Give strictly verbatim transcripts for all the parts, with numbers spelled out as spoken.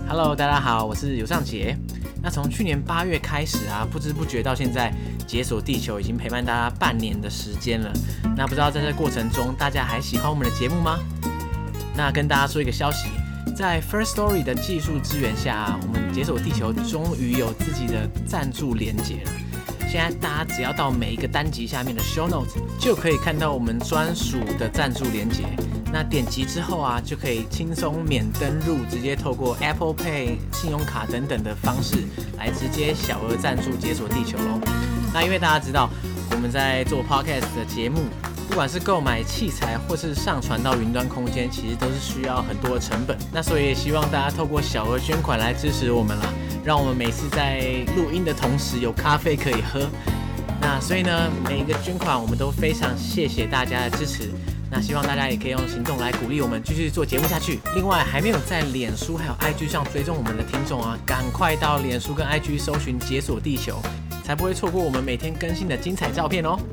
Hello， 大家好，我是尤尚杰。那从去年八月开始啊，不知不觉到现在，解锁地球已经陪伴大家半年的时间了。那不知道在这过程中，大家还喜欢我们的节目吗？那跟大家说一个消息，在 First Story 的技术支援下啊，我们解锁地球终于有自己的赞助连结了。现在大家只要到每一个单集下面的 Show Notes， 就可以看到我们专属的赞助连结。那点击之后啊，就可以轻松免登入，直接透过 Apple Pay、信用卡等等的方式来直接小额赞助解锁地球咯。那因为大家知道我们在做 Podcast 的节目，不管是购买器材或是上传到云端空间，其实都是需要很多的成本。那所以也希望大家透过小额捐款来支持我们啦，让我们每次在录音的同时有咖啡可以喝。那所以呢，每一个捐款我们都非常谢谢大家的支持。那希望大家也可以用行动来鼓励我们继续做节目下去。另外，还没有在脸书还有 I G 上追踪我们的听众啊，赶快到脸书跟 I G 搜寻解锁地球，才不会错过我们每天更新的精彩照片哦。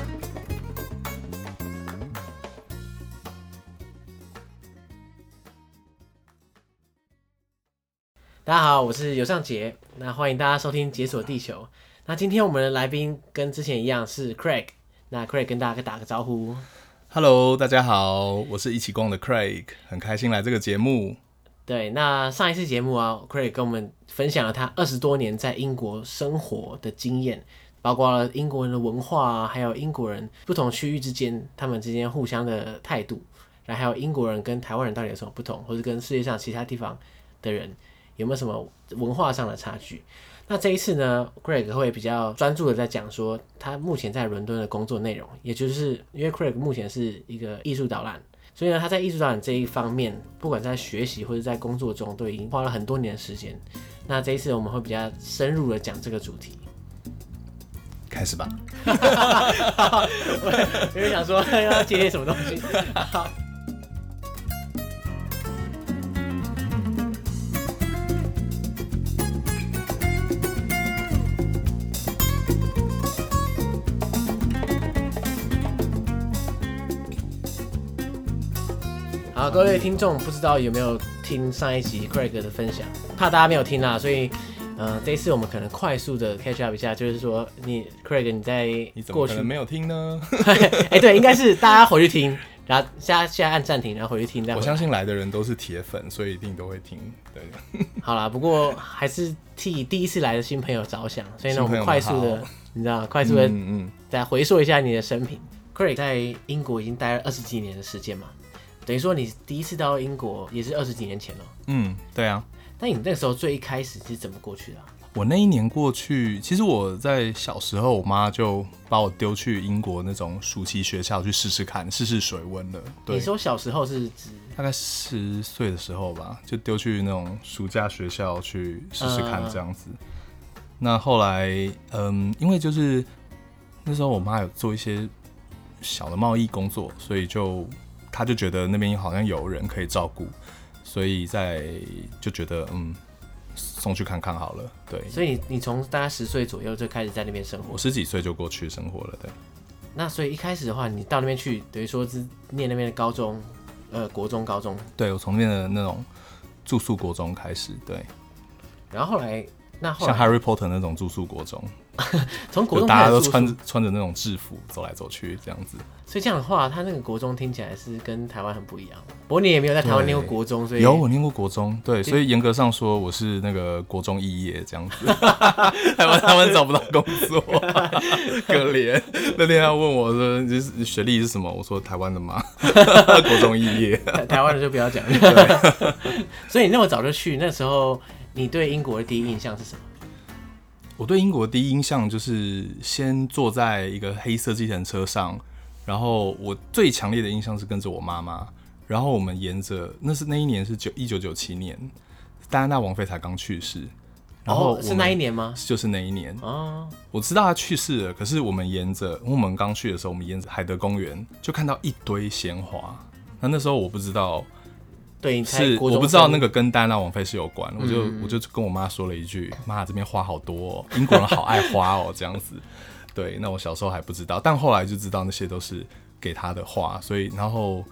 大家好，我是尤尚杰，那欢迎大家收听解锁地球。那今天我们的来宾跟之前一样是 Craig， 那 Craig 跟大家打个招呼。 Hello， 大家好，我是一起逛的 Craig， 很开心来这个节目。 对，那上一次节目啊 ，Craig 跟我们分享了他二十多年在英国生活的经验，包括了英国人的文化啊，还有英国人不同区域之间他们之间互相的态度，然后还有英国人跟台湾人到底有什么不同，或者跟世界上其他地方的人有没有什么文化上的差距。那这一次呢 Craig 会比较专注的在讲说他目前在伦敦的工作内容，也就是因为 Craig 目前是一个艺术导览，所以呢他在艺术导览这一方面，不管在学习或者在工作中都已经花了很多年的时间。那这一次我们会比较深入的讲这个主题。 开始吧。 我有点想说要接些什么东西。好，各位听众，不知道有没有听上一集 Craig 的分享？怕大家没有听啦，所以呃，这一次我们可能快速的 catch up 一下，就是说你 Craig 你在你怎么可能没有听呢？ 哎、欸，对，应该是大家回去听，然后现在现在按暂停，然后回去听。 我相信来的人都是铁粉，所以一定都会听。对， 好啦，不过还是替第一次来的新朋友着想，所以呢，我们快速的，你知道，快速的再回溯一下你的生平。Craig 在英国已经待了二十几年的时间嘛。等于说你第一次到英国也是二十几年前了。 嗯，对啊。 那你那时候最一开始是怎么过去的、啊？ 我那一年过去，其实我在小时候，我妈就把我丢去英国那种暑期学校去试试看，试试水温了。对， 你说小时候是指大概十岁的时候吧，就丢去那种暑假学校去试试看这样子。嗯、那后来，嗯，因为就是那时候我妈有做一些小的贸易工作，所以就。他就觉得那边好像有人可以照顾，所以在就觉得嗯，送去看看好了。对， 所以你你从大概十岁左右就开始在那边生活。 我十几岁就过去生活了，对。 那所以一开始的话，你到那边去，等于说是念那边的高中，呃，国中、高中。 对，我从那边的那种住宿国中开始，对。 然后后来，那后来像 Harry Potter 那种住宿国中。 从国中大家都穿着穿着那种制服走来走去这样子， 所以这样的话，他那个国中听起来是跟台湾很不一样。不过你也没有在台湾念过国中，所以有我念过国中，对，所以严格上说我是那个国中肄业这样子。台湾他们找不到工作，可怜。那天他问我说：“你学历是什么？”我说：“台湾的嘛。”国中肄业， 台湾的就不要讲。所以你那么早就去，那时候你对英国的第一印象是什么？ 我对英国的第一印象就是先坐在一个黑色计程车上，然后我最强烈的印象是跟着我妈妈，然后我们沿着那是那一年是一九九七年，戴安娜王妃才刚去世，然后、 哦、是那一年吗？ 就是那一年哦，我知道她去世了，可是我们沿着我们刚去的时候，我们沿着海德公园就看到一堆鲜花，那那时候我不知道。 对， 是我不知道那个跟戴安娜王妃是有关，嗯、我就我就跟我妈说了一句：“妈，这边花好多哦，英国人好爱花哦。”这样子，对，那我小时候还不知道，但后来就知道那些都是给她的花，所以然后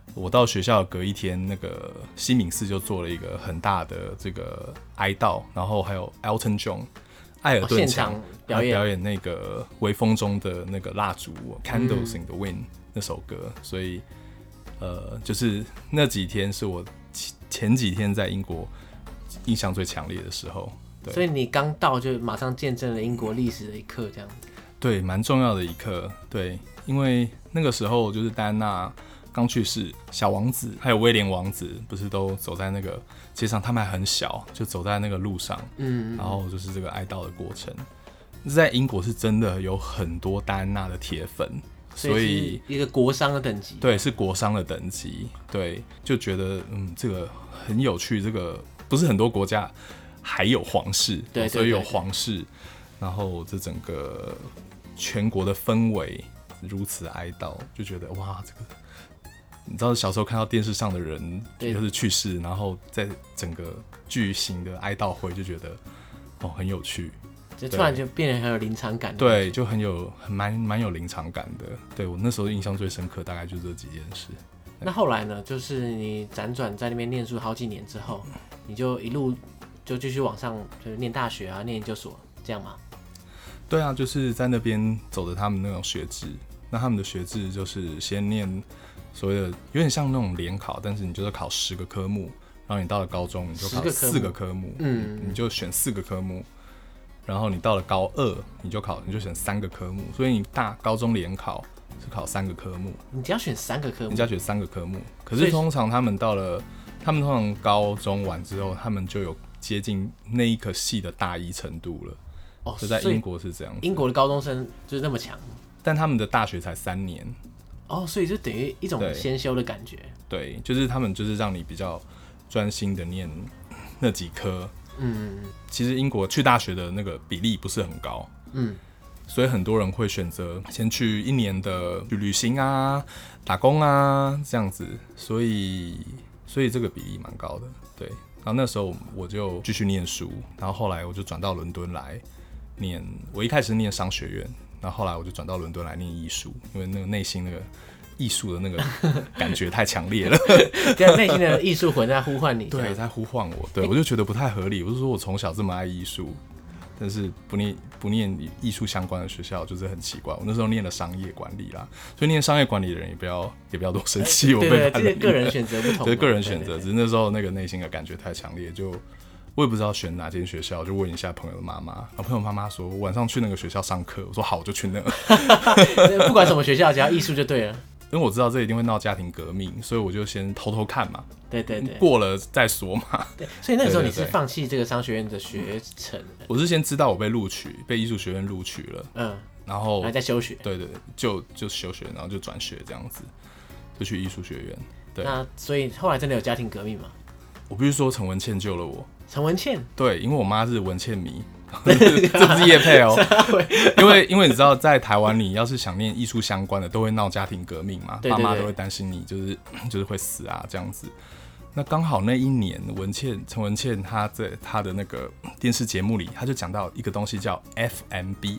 我到学校隔一天，那个西敏寺就做了一个很大的这个哀悼，然后还有 Elton John 艾尔顿强、哦、表演表演那个微风中的那个蜡烛、嗯、Candles in the Wind 那首歌，所以呃，就是那几天是我前几天在英国印象最强烈的时候。对， 所以你刚到就马上见证了英国历史的一刻，这样子。 对，蛮重要的一刻。对，因为那个时候就是戴安娜刚去世，小王子还有威廉王子不是都走在那个街上，他们还很小，就走在那个路上，嗯，然后就是这个哀悼的过程。在英国是真的有很多戴安娜的铁粉， 所以一个国商的等级， 对，是国商的等级，对，就觉得嗯，这个很有趣，这个不是很多国家还有皇室，对，对，对，所以有皇室，然后这整个全国的氛围如此哀悼，就觉得哇，这个。你知道小时候看到电视上的人就是去世，然后在整个巨型的哀悼会就觉得哦很有趣， 就突然就变得很有临场感。 对，就很有很蛮蛮有临场感的。对，我那时候印象最深刻大概就这几件事。 那后来呢？就是你辗转在那边念书好几年之后，你就一路就继续往上，就是念大学啊，念研究所这样吗？ 对啊，就是在那边走着他们那种学制。那他们的学制就是先念。所谓的有点像那种联考，但是你就是考十个科目，然后你到了高中你就考四个科目，嗯，你就选四个科目，然后你到了高二你就考你就选三个科目，所以你大高中联考是考三个科目， 你只要选三个科目， 你只要选三个科目。可是通常他们到了，他们通常高中完之后，他们就有接近那一个系的大一程度了。哦，就在英国是这样子， 英国的高中生就是那么强， 但他们的大学才三年。 哦，所以就等于一种先修的感觉。 对，对，就是他们就是让你比较专心的念那几科。嗯，其实英国去大学的那个比例不是很高。嗯，所以很多人会选择先去一年的去旅行啊、打工啊这样子，所以所以这个比例蛮高的。对，然后那时候我就继续念书，然后后来我就转到伦敦来念，我一开始念商学院。然后后来我就转到伦敦来念艺术，因为那个内心那个艺术的那个感觉太强烈了， 对，内心的艺术魂在呼唤你， 对，在呼唤我，对，我就觉得不太合理。我就说我从小这么爱艺术，但是不念不念艺术相关的学校，就是很奇怪。我那时候念了商业管理啦，所以念商业管理的人也不要也不要多生气，我被对对，这个个人选择不同， 对个人选择，只是那时候那个内心的感觉太强烈，就。我也不知道选哪间学校，就问一下朋友的妈妈。然后朋友妈妈说，我晚上去那个学校上课。我说好，我就去那个。 不管什么学校，只要艺术就对了。 因为我知道这一定会闹家庭革命，所以我就先偷偷看嘛。 对对对， 过了再说嘛。 对，所以那个时候你是放弃这个商学院的学程的。 我是先知道我被录取，被艺术学院录取了。嗯，然后还在休学。 对对对，就就休学，然后就转学这样子，就去艺术学院。对， 那所以后来真的有家庭革命吗？ 我必须说陈文茜救了我。 陈文茜， 对，因为我妈是文茜迷，这不是业配哦。因为因为你知道，在台湾你要是想念艺术相关的，都会闹家庭革命嘛，爸妈都会担心你就是就是会死啊这样子。那刚好那一年，文茜陈文茜她在她的那个电视节目里，她就讲到一个东西叫 F M B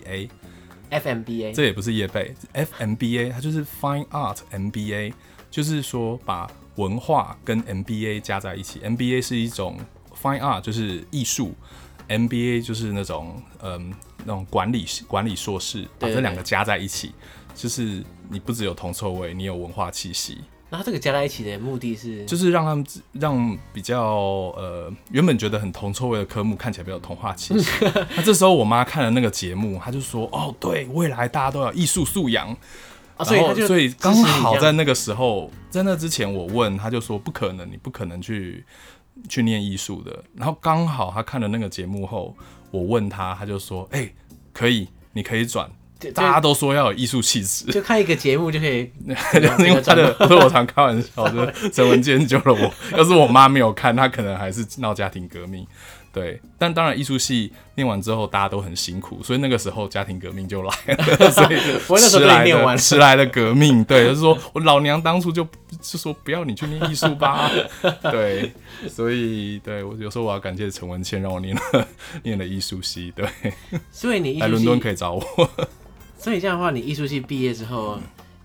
A。F M B A 这也不是业配 ，F M B A 它就是 Fine Art M B A， 就是说把文化跟 M B A 加在一起。M B A 是一种 Fine Art 就是艺术 ，M B A 就是那种嗯那种管理管理硕士，把这两个加在一起，就是你不只有铜臭味，你有文化气息。 那它这个加在一起的目的是， 就是让他们让比较呃原本觉得很铜臭味的科目看起来比较有童话气息。那这时候我妈看了那个节目，她就说：“哦，对，未来大家都要艺术素养。”啊，所以所以刚好在那个时候，在那之前我问，她就说不可能，你不可能去去念艺术的。然后刚好她看了那个节目后，我问她，她就说：“哎、欸，可以，你可以转。”大家都说要有艺术气质， 就看一个节目就可以。 因为他的，所以我常开玩笑，就是陈文茜救了我。要是我妈没有看，她可能还是闹家庭革命。对，但当然艺术系念完之后，大家都很辛苦，所以那个时候家庭革命就来了。所以迟来的迟来的革命，对，就是说我老娘当初就就说不要你去念艺术吧。对，所以对我有时候我要感谢陈文茜，让我念了念了艺术系。对， 所以你艺术系来伦敦可以找我。 所以这样的话，你艺术系毕业之后，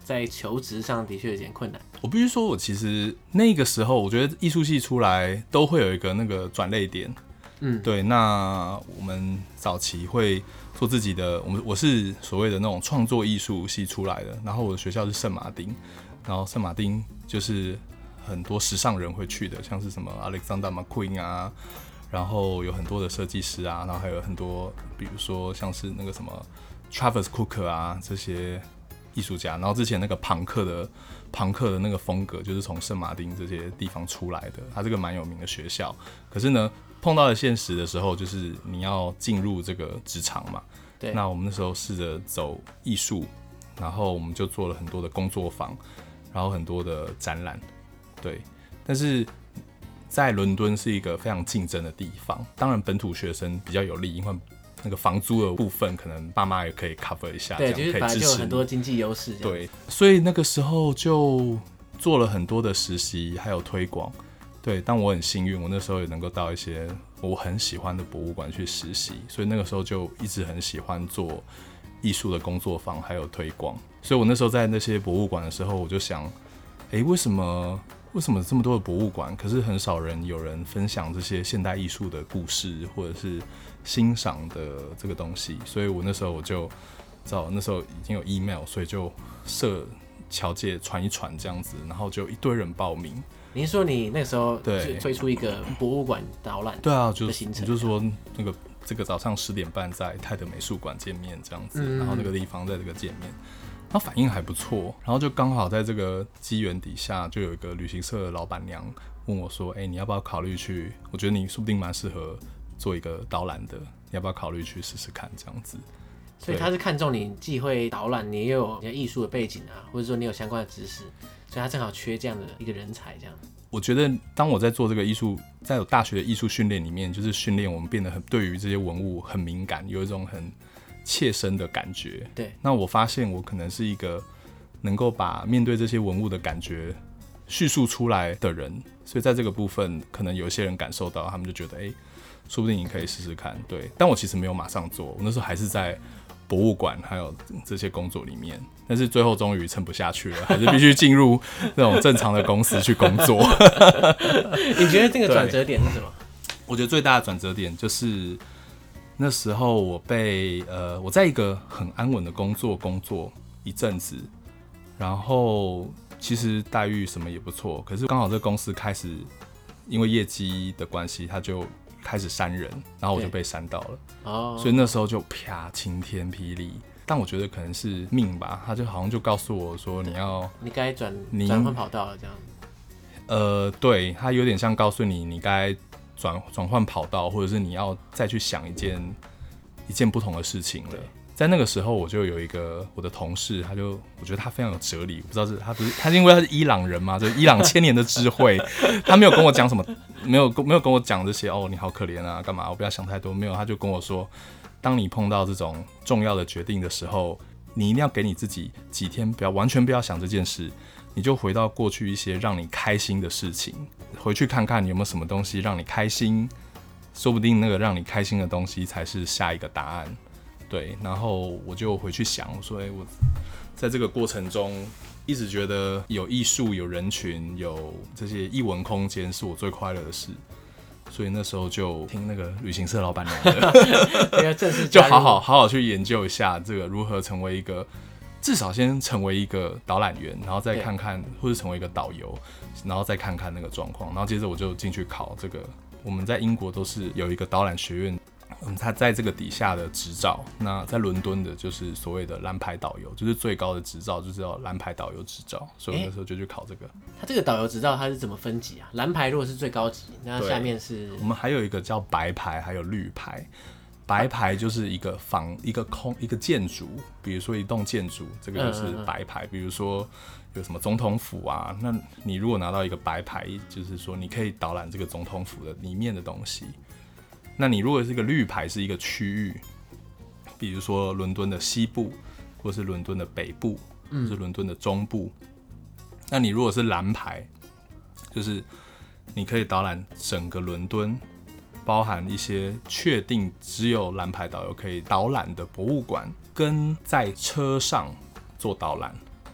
在求职上的确有点困难。 我必须说，我其实那个时候，我觉得艺术系出来都会有一个那个转捩点。嗯，对。那我们早期会做自己的，我们我是所谓的那种创作艺术系出来的，然后我的学校是圣马丁，然后圣马丁就是很多时尚人会去的，像是什么 Alexander McQueen 啊，然后有很多的设计师啊，然后还有很多，比如说像是那个什么 Travis Cook 啊这些艺术家，然后之前那个朋克的朋克的那个风格就是从圣马丁这些地方出来的，它这个蛮有名的学校。可是呢，碰到了现实的时候，就是你要进入这个职场嘛。对。那我们那时候试着走艺术，然后我们就做了很多的工作坊，然后很多的展览。对。但是在伦敦是一个非常竞争的地方，当然本土学生比较有利，因为那个房租的部分，可能爸妈也可以 cover 一下， 对， 这样就是本来就有很多经济优势。 对，所以那个时候就做了很多的实习，还有推广。对，但我很幸运，我那时候也能够到一些我很喜欢的博物馆去实习，所以那个时候就一直很喜欢做艺术的工作坊，还有推广。所以我那时候在那些博物馆的时候，我就想，哎，为什么？为什么这么多的博物馆，可是很少人有人分享这些现代艺术的故事，或者是欣赏的这个东西？所以我那时候我就知道，那时候已经有 email， 所以就设侨界传一传这样子，然后就一堆人报名。 您说你那时候推出一个博物馆导览的行程？对啊， 就你就说那个这个早上十点半在泰德美术馆见面这样子，嗯、然后那个地方在这个见面。他反应还不错，然后就刚好在这个机缘底下，就有一个旅行社的老板娘问我说：“哎、欸，你要不要考虑去？我觉得你说不定蛮适合做一个导览的，你要不要考虑去试试看？”这样子。 所以他是看中你既会导览，你又有你的艺术的背景啊，或者说你有相关的知识，所以他正好缺这样的一个人才。这样， 我觉得当我在做这个艺术，在有大学的艺术训练里面，就是训练我们变得很对于这些文物很敏感，有一种很切身的感觉。 对， 那我发现我可能是一个能够把面对这些文物的感觉叙述出来的人，所以在这个部分，可能有些人感受到，他们就觉得，哎、欸，说不定你可以试试看。对，但我其实没有马上做，我那时候还是在博物馆还有这些工作里面，但是最后终于撑不下去了，还是必须进入那种正常的公司去工作。 你觉得这个转折点是什么？ 我觉得最大的转折点就是那时候我被呃我在一个很安稳的工作工作一阵子，然后其实待遇什么也不错，可是刚好这个公司开始因为业绩的关系，他就开始删人，然后我就被删到了。哦，所以那时候就啪晴天霹雳。但我觉得可能是命吧，他就好像就告诉我说你要你该转转换跑道了这样。 呃，对，他有点像告诉你你该转转换跑道，或者是你要再去想一件一件不同的事情了。在那个时候，我就有一个我的同事，他就我觉得他非常有哲理，我不知道是他不是他是因为他是伊朗人嘛，就是伊朗千年的智慧，他没有跟我讲什么，没有没有跟我讲这些哦，你好可怜啊，干嘛？我不要想太多，没有，他就跟我说，当你碰到这种重要的决定的时候，你一定要给你自己几天，不要完全不要想这件事，你就回到过去一些让你开心的事情，回去看看你有没有什么东西让你开心，说不定那个让你开心的东西才是下一个答案。对，然后我就回去想，我说，哎、欸，我在这个过程中一直觉得有艺术、有人群、有这些艺文空间是我最快乐的事，所以那时候就听那个旅行社老板娘的，就好好好好去研究一下这个如何成为一个，至少先成为一个导览员，然后再看看，或者成为一个导游，然后再看看那个状况，然后接着我就进去考这个。我们在英国都是有一个导览学院。嗯，他在这个底下的执照，那在伦敦的就是所谓的蓝牌导游，就是最高的执照，就是叫蓝牌导游执照，所以我那时候就去考这个。 他这个导游执照他是怎么分级啊？蓝牌如果是最高级，那下面是？ 我们还有一个叫白牌，还有绿牌。白牌就是一个房、一个空、一个建筑，比如说一栋建筑，这个就是白牌。嗯嗯嗯比如说有什么总统府啊，那你如果拿到一个白牌，就是说你可以导览这个总统府的里面的东西。那你如果是一个绿牌，是一个区域，比如说伦敦的西部，或是伦敦的北部，或是伦敦的中部。那你如果是蓝牌，就是你可以导览整个伦敦，包含一些确定只有蓝牌导游可以导览的博物馆，跟在车上做导览。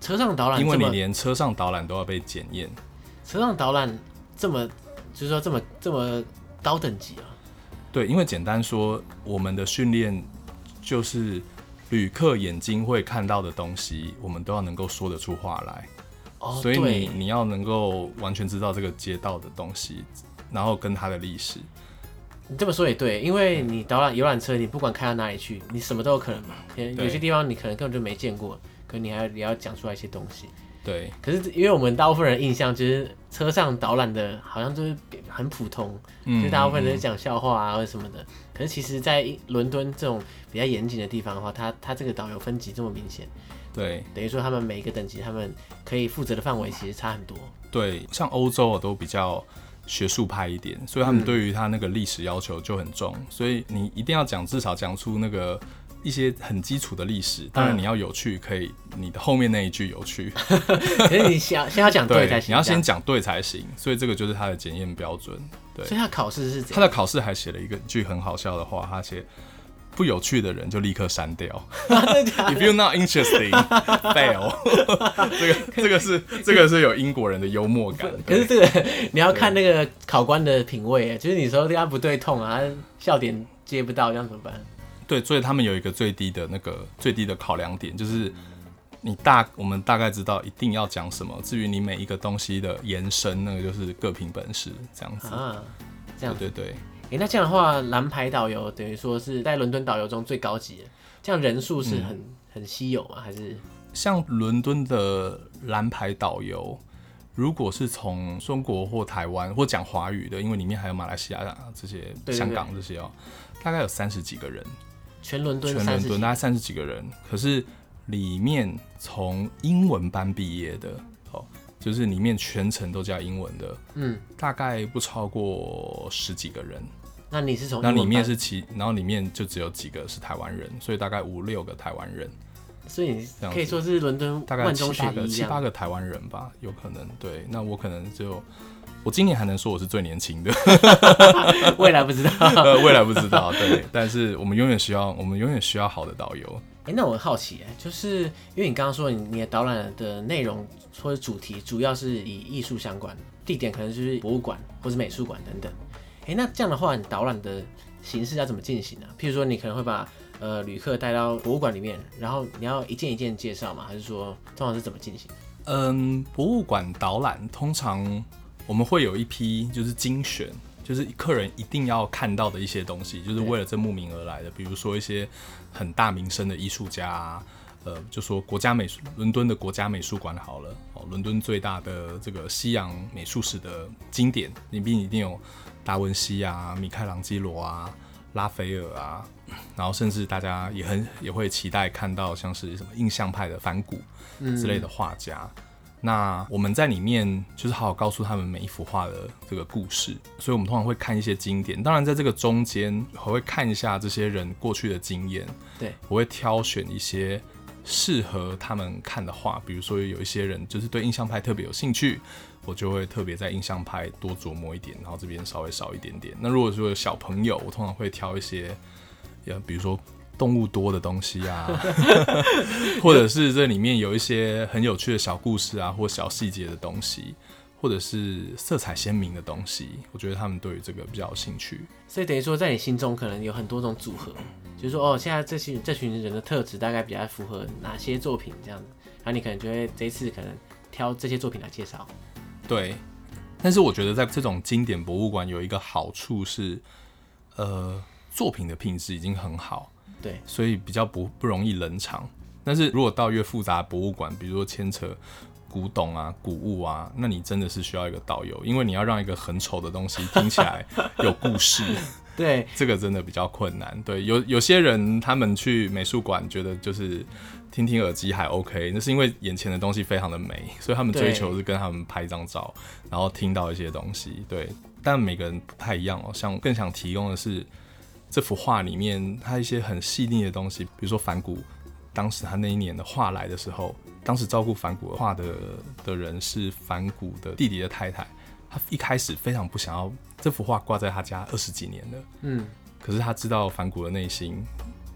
车上导览， 因为你连车上导览都要被检验。 车上导览这么，就是说这么这么高等级啊？ 对，因为简单说，我们的训练就是旅客眼睛会看到的东西，我们都要能够说得出话来。哦，所以你你要能够完全知道这个街道的东西，然后跟它的历史。 你这么说也对，因为你导览游览车，你不管开到哪里去，你什么都有可能嘛。有些地方你可能根本就没见过，可你还也要讲出来一些东西。 对。 可是因为我们大部分人印象就是车上导览的，好像就是很普通，嗯、就是大部分人讲笑话啊或者什么的。可是其实，在伦敦这种比较严谨的地方的话，它它这个导游分级这么明显。 对， 等于说他们每一个等级，他们可以负责的范围其实差很多。 对，像欧洲都比较学术派一点，所以他们对于他那个历史要求就很重，嗯、所以你一定要讲，至少讲出那个一些很基础的历史。当然你要有趣，可以你的后面那一句有趣， 可是你先先要讲对才行， 你要先讲对才行。所以这个就是他的检验标准。对， 所以他考试是怎样？ 他的考试还写了一个句很好笑的话，他写。不有趣的人就立刻删掉。If you're not interesting, fail 这个这个是这个是有英国人的幽默感。 可是这个你要看那个考官的品味，就是你说他不对痛啊，笑点接不到，这样怎么办？ 对，所以他们有一个最低的那个最低的考量点，就是你大我们大概知道一定要讲什么，至于你每一个东西的延伸，那个就是各凭本事这样子。啊， 这样对对对。 欸、那这样的话，蓝牌导游等于说是在伦敦导游中最高级的，这样人数是很、嗯、很稀有吗？还是像伦敦的蓝牌导游，如果是从中国或台湾或讲华语的，因为里面还有马来西亚这些、对对对香港这些哦、喔，大概有三十几个人， 全伦敦全伦敦大概三十几个人，可是里面从英文班毕业的，哦，就是里面全程都教英文的，嗯，大概不超过十几个人。 那你是从那里面是其，然后里面就只有几个是台湾人，所以大概五六个台湾人。 所以你可以说是伦敦万中选一，大概七八个台湾人吧，有可能。对，那我可能就我今年还能说我是最年轻的， 未来不知道， 呃，未来不知道。对，但是我们永远需要，我们永远需要好的导游。 哎、欸，那我很好奇，哎，就是因为你刚刚说你的导览的内容或者主题主要是以艺术相关，地点可能就是博物馆或是美术馆等等。哎、欸，那这样的话，你导览的形式要怎么进行呢、啊？譬如说，你可能会把呃旅客带到博物馆里面，然后你要一件一件介绍吗？还是说通常是怎么进行？ 嗯，博物馆导览通常我们会有一批就是精选，就是客人一定要看到的一些东西，就是为了这慕名而来的。比如说一些很大名声的艺术家、啊，呃，就说国家美术伦敦的国家美术馆好了，哦，伦敦最大的这个西洋美术史的经典，里面一定有达文西啊、米开朗基罗啊、拉斐尔啊，然后甚至大家也很也会期待看到像是什么印象派的梵谷之类的画家。嗯，那我们在里面就是好好告诉他们每一幅画的这个故事，所以我们通常会看一些经典。当然，在这个中间，我会看一下这些人过去的经验， 对， 我会挑选一些适合他们看的画。比如说，有一些人就是对印象派特别有兴趣，我就会特别在印象派多琢磨一点，然后这边稍微少一点点。那如果说有小朋友，我通常会挑一些，比如说动物多的东西啊，或者是这里面有一些很有趣的小故事啊，或小细节的东西，或者是色彩鲜明的东西，我觉得他们对于这个比较有兴趣。 所以等于说，在你心中可能有很多种组合，就是说，哦，现在这群这群人的特质大概比较符合哪些作品这样子，然后你可能就会这一次可能挑这些作品来介绍。 对，但是我觉得在这种经典博物馆有一个好处是，呃，作品的品质已经很好。 对， 所以比较不不容易冷场。但是如果到越复杂的博物馆，比如说牵扯古董啊、古物啊，那你真的是需要一个导游，因为你要让一个很丑的东西听起来有故事。 对， 这个真的比较困难。对，有有些人他们去美术馆觉得就是听听耳机还 OK， 那是因为眼前的东西非常的美，所以他们追求是跟他们拍一张照，然后听到一些东西。对，但每个人不太一样哦。像更想提供的是，这幅画里面它一些很细腻的东西，比如说梵谷，当时他那一年的画来的时候，当时照顾梵谷画 的, 的人是梵谷的弟弟的太太，他一开始非常不想要这幅画挂在他家二十几年了，嗯，可是他知道梵谷的内心，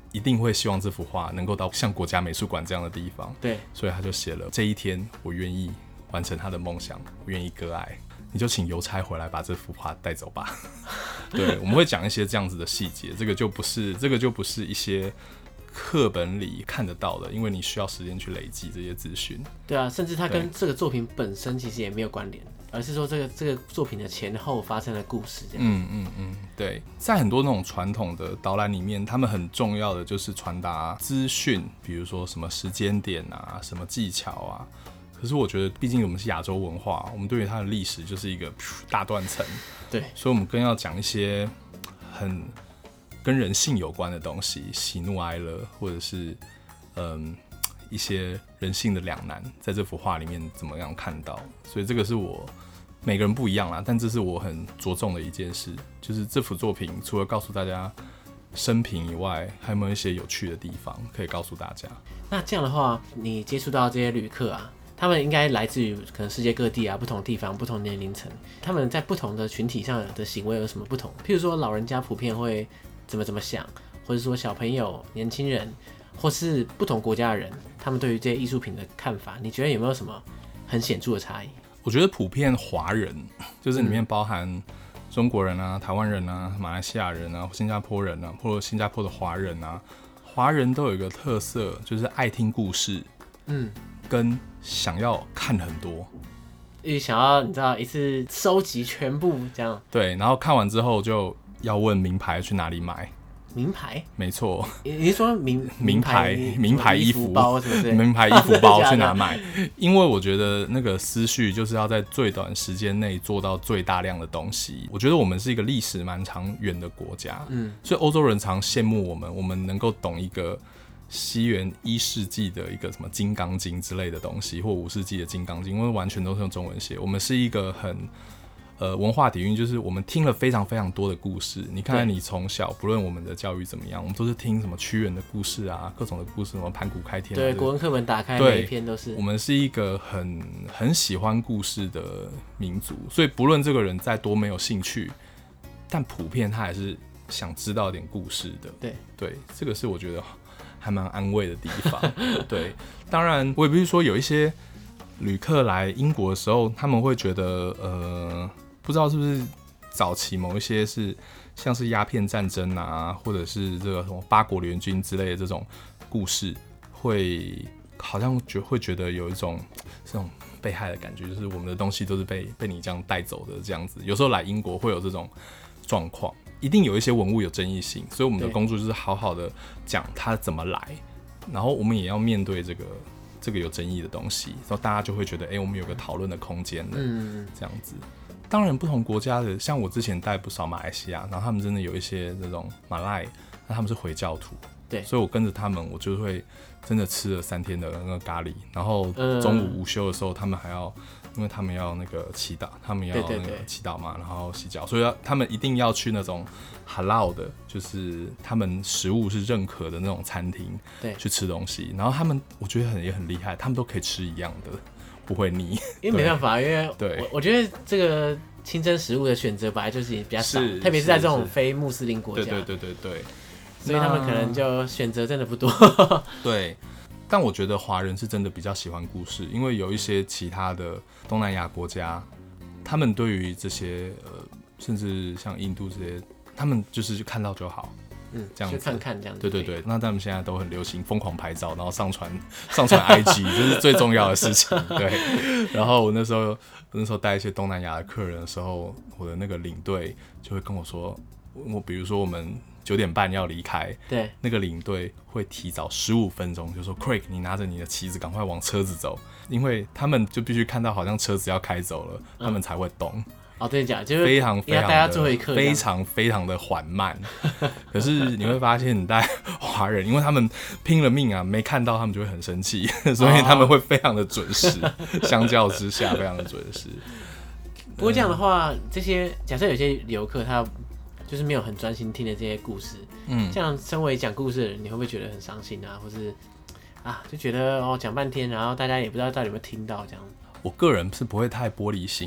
一定会希望这幅画能够到像国家美术馆这样的地方， 对， 所以他就写了这一天我愿意完成他的梦想，我愿意割爱，你就请邮差回来把这幅画带走吧。对，我们会讲一些这样子的细节，这个就不是这个就不是一些课本里看得到的，因为你需要时间去累积这些资讯。 对啊，甚至它跟这个作品本身其实也没有关联，而是说这个这个作品的前后发生的故事这样。 嗯嗯嗯，对，在很多那种传统的导览里面，他们很重要的就是传达资讯，比如说什么时间点啊，什么技巧啊。可是我觉得，毕竟我们是亚洲文化，我们对于它的历史就是一个大断层， 对， 所以我们更要讲一些很跟人性有关的东西，喜怒哀乐，或者是嗯一些人性的两难，在这幅画里面怎么样看到？所以这个是我每个人不一样啦，但这是我很着重的一件事，就是这幅作品除了告诉大家生平以外，还有没有一些有趣的地方可以告诉大家？ 那这样的话，你接触到这些旅客啊，他们应该来自于可能世界各地啊，不同地方、不同年龄层，他们在不同的群体上的行为有什么不同？譬如说，老人家普遍会怎么怎么想，或者说小朋友、年轻人，或是不同国家的人，他们对于这些艺术品的看法，你觉得有没有什么很显著的差异？ 我觉得普遍华人，就是里面包含中国人啊、台湾人啊、马来西亚人啊、新加坡人啊，或者新加坡的华人啊，华人都有一个特色，就是爱听故事，嗯，跟想要看很多， 想要你知道一次收集全部这样。 对，然后看完之后就要问名牌去哪里买。 名牌？ 没错， 你是说名名牌名牌衣服包是不是？ 名牌衣服包去哪买？因为我觉得那个思绪就是要在最短时间内做到最大量的东西。我觉得我们是一个历史蛮长远的国家，嗯，所以欧洲人常羡慕我们，我们能够懂一个西元一世纪的一个什么《金刚经》之类的东西，或五世纪的《金刚经》，因为完全都是用中文写。我们是一个很呃，文化底蕴，就是我们听了非常非常多的故事。你看看你从小，不论我们的教育怎么样，我们都是听什么屈原的故事啊，各种的故事，什么盘古开天。 对，国文课本打开每一篇都是。 我们是一个很很喜欢故事的民族，所以不论这个人再多没有兴趣，但普遍他还是想知道点故事的。 对对，这个是我觉得还蛮安慰的地方。对，当然我也不是说有一些旅客来英国的时候，他们会觉得呃。不知道是不是早期某一些是像是鸦片战争啊，或者是这个什么八国联军之类的这种故事，会好像觉会觉得有一种这种被害的感觉，就是我们的东西都是被被你这样带走的这样子。有时候来英国会有这种状况，一定有一些文物有争议性，所以我们的工作就是好好的讲它怎么来，然后我们也要面对这个这个有争议的东西，然后大家就会觉得，哎、欸，我们有个讨论的空间了，嗯，这样子。当然，不同国家的，像我之前带不少马来西亚，然后他们真的有一些这种马来，那他们是回教徒， 对， 所以我跟着他们，我就会真的吃了三天的那个咖喱，然后中午午休的时候，他们还要，因为他们要那个祈祷，他们要那个祈祷嘛，然后洗脚，所以他们一定要去那种 halal 的，就是他们食物是认可的那种餐厅， 对， 去吃东西，然后他们我觉得很也很厉害，他们都可以吃一样的。不会腻， 因为没办法，因为我我觉得这个清真食物的选择本来就是比较少，特别是在这种非穆斯林国家， 对对对对对， 所以他们可能就选择真的不多。 对，但我觉得华人是真的比较喜欢故事，因为有一些其他的东南亚国家，他们对于这些呃，甚至像印度这些，他们就是看到就好。 嗯，这样子看看这样子， 对对对，那他们现在都很流行疯狂拍照，然后上传上传 I G， 这是最重要的事情。对，然后我那时候那时候带一些东南亚的客人的时候，我的那个领队就会跟我说，我比如说我们九点半要离开， 对， 那个领队会提早十五分钟就说 ，Craig， 你拿着你的旗子赶快往车子走，因为他们就必须看到好像车子要开走了，他们才会动。 哦，对，讲就是非常非常的大家最后一刻非常非常的缓慢，可是你会发现，你带华人，因为他们拼了命啊，没看到他们就会很生气，所以他们会非常的准时，相较之下非常的准时。 不过这样的话，这些假设有些游客他就是没有很专心听的这些故事，嗯，这样身为讲故事的人，你会不会觉得很伤心啊，或是啊就觉得哦讲半天，然后大家也不知道到底有没有听到这样？ 我个人是不会太玻璃心。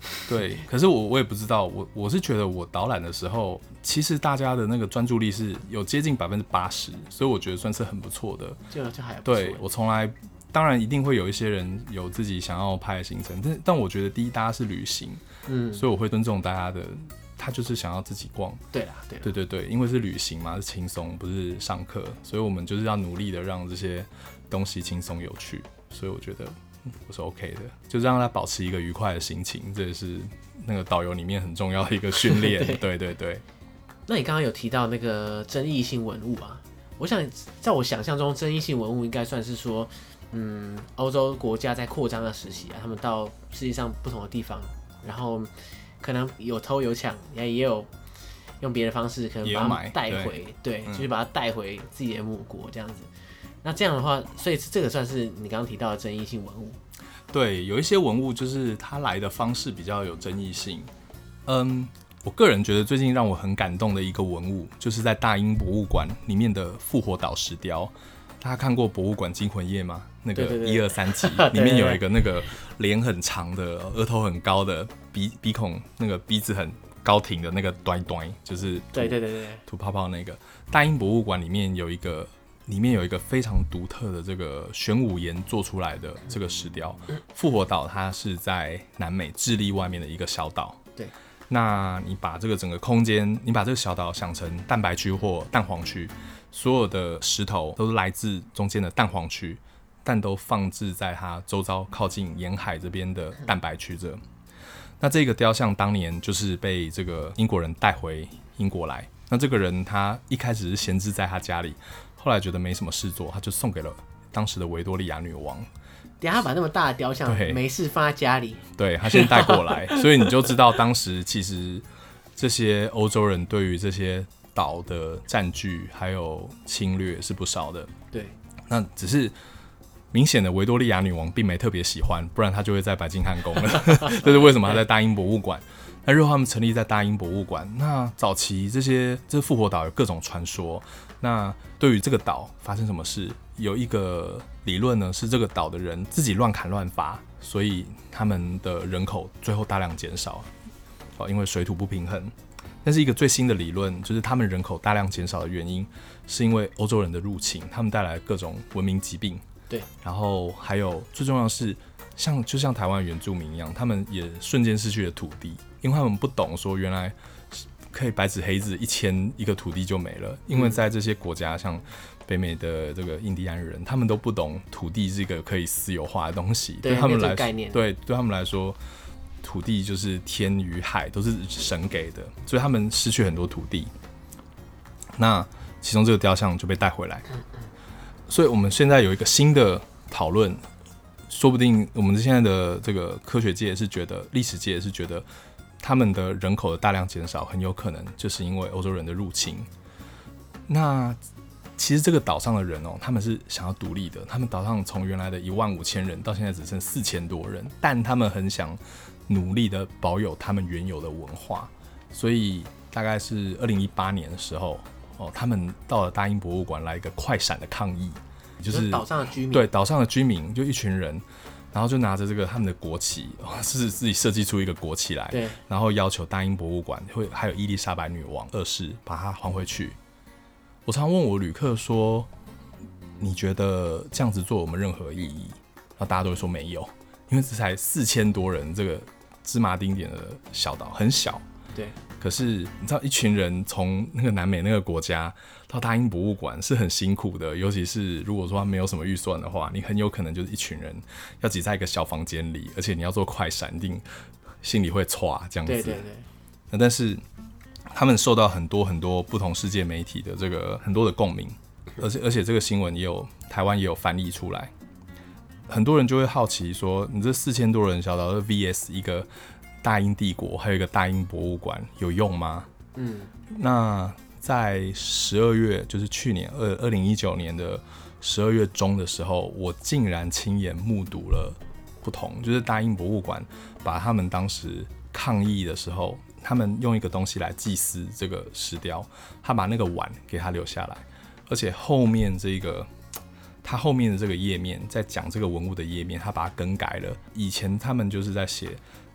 对，可是我我也不知道，我我是觉得我导览的时候，其实大家的那个专注力是有接近百分之八十，所以我觉得算是很不错的。 就就还不错。 对，我从来，当然一定会有一些人有自己想要拍的行程，但但我觉得第一，大家是旅行，嗯，所以我会尊重大家的，他就是想要自己逛。 对啦，对啦， 对对对，因为是旅行嘛，是轻松，不是上课，所以我们就是要努力的让这些东西轻松有趣，所以我觉得。我是 OK 的，就让他保持一个愉快的心情，这也是那个导游里面很重要的一个训练。对, 对对对。 那你刚刚有提到那个争议性文物啊，我想在我想象中，争议性文物应该算是说，嗯，欧洲国家在扩张的时期啊，他们到世界上不同的地方，然后可能有偷有抢，也也有用别的方式，可能把它们带回，对，对，就是把它带回自己的母国这样子。那这样的话，所以这个算是你刚刚提到的争议性文物。 对，有一些文物就是它来的方式比较有争议性。嗯，我个人觉得最近让我很感动的一个文物，就是在大英博物馆里面的复活岛石雕。大家看过《博物馆惊魂夜》吗？那个一二三集里面有一个那个脸很长的、额头很高的、鼻鼻孔那个鼻子很高挺的那个端端，就是对对对对吐泡泡那个。大英博物馆里面有一个。里面有一个非常独特的这个玄武岩做出来的这个石雕，复活岛它是在南美智利外面的一个小岛。 对， 那你把这个整个空间，你把这个小岛想成蛋白区或蛋黄区，所有的石头都是来自中间的蛋黄区，但都放置在它周遭靠近沿海这边的蛋白区这。那这个雕像当年就是被这个英国人带回英国来，那这个人他一开始是闲置在他家里。后来觉得没什么事做，他就送给了当时的维多利亚女王。 等一下他把那么大的雕像没事放在家里， 对，他先带过来，所以你就知道当时其实这些欧洲人对于这些岛的占据还有侵略是不少的。 对， 那只是明显的维多利亚女王并没特别喜欢，不然他就会在白金汉宫了。这是为什么他在大英博物馆？那日后他们成立在大英博物馆。那早期这些这复活岛有各种传说。那对于这个岛发生什么事，有一个理论呢，是这个岛的人自己乱砍乱伐，所以他们的人口最后大量减少，因为水土不平衡。但是一个最新的理论，就是他们人口大量减少的原因，是因为欧洲人的入侵，他们带来各种文明疾病。 对， 然后还有最重要的是，像就像台湾原住民一样，他们也瞬间失去了土地，因为他们不懂说原来。可以白纸黑字一签一个土地就没了，因为在这些国家，像北美的这个印第安人，他们都不懂土地是一个可以私有化的东西， 对他们来概念， 对对他们来说，土地就是天与海都是神给的，所以他们失去很多土地。那其中这个雕像就被带回来，所以我们现在有一个新的讨论，说不定我们现在的这个科学界是觉得，历史界是觉得。他们的人口的大量减少，很有可能就是因为欧洲人的入侵。那其实这个岛上的人哦，他们是想要独立的。他们岛上从原来的一万五千人到现在只剩四千多人，但他们很想努力的保有他们原有的文化。所以大概是二零一八年的时候，哦，他们到了大英博物馆来一个快闪的抗议，就是岛上的居民， 对，岛上的居民就一群人。然后就拿着这个他们的国旗，是自己设计出一个国旗来， 对， 然后要求大英博物馆会还有伊丽莎白女王二世把它还回去。我常问我旅客说，你觉得这样子做有没有任何意义？然后大家都会说没有，因为这才四千多人，这个芝麻丁点的小岛很小， 对。 可是你知道，一群人从那个南美那个国家到大英博物馆是很辛苦的，尤其是如果说他没有什么预算的话，你很有可能就是一群人要挤在一个小房间里，而且你要做快闪，一定心里会唰这样子。 对对对。 那但是他们受到很多很多不同世界媒体的这个很多的共鸣，而且而且这个新闻也有台湾也有翻译出来，很多人就会好奇说，你这四千多人小岛的 V S 一个。大英帝国还有一个大英博物馆有用吗？嗯，那在十二月，就是去年二二零一九年的十二月中的时候，我竟然亲眼目睹了不同，就是大英博物馆把他们当时抗议的时候，他们用一个东西来祭祀这个石雕，他把那个碗给他留下来，而且后面这个。他后面的这个页面，在讲这个文物的页面，他把它更改了。以前他们就是在写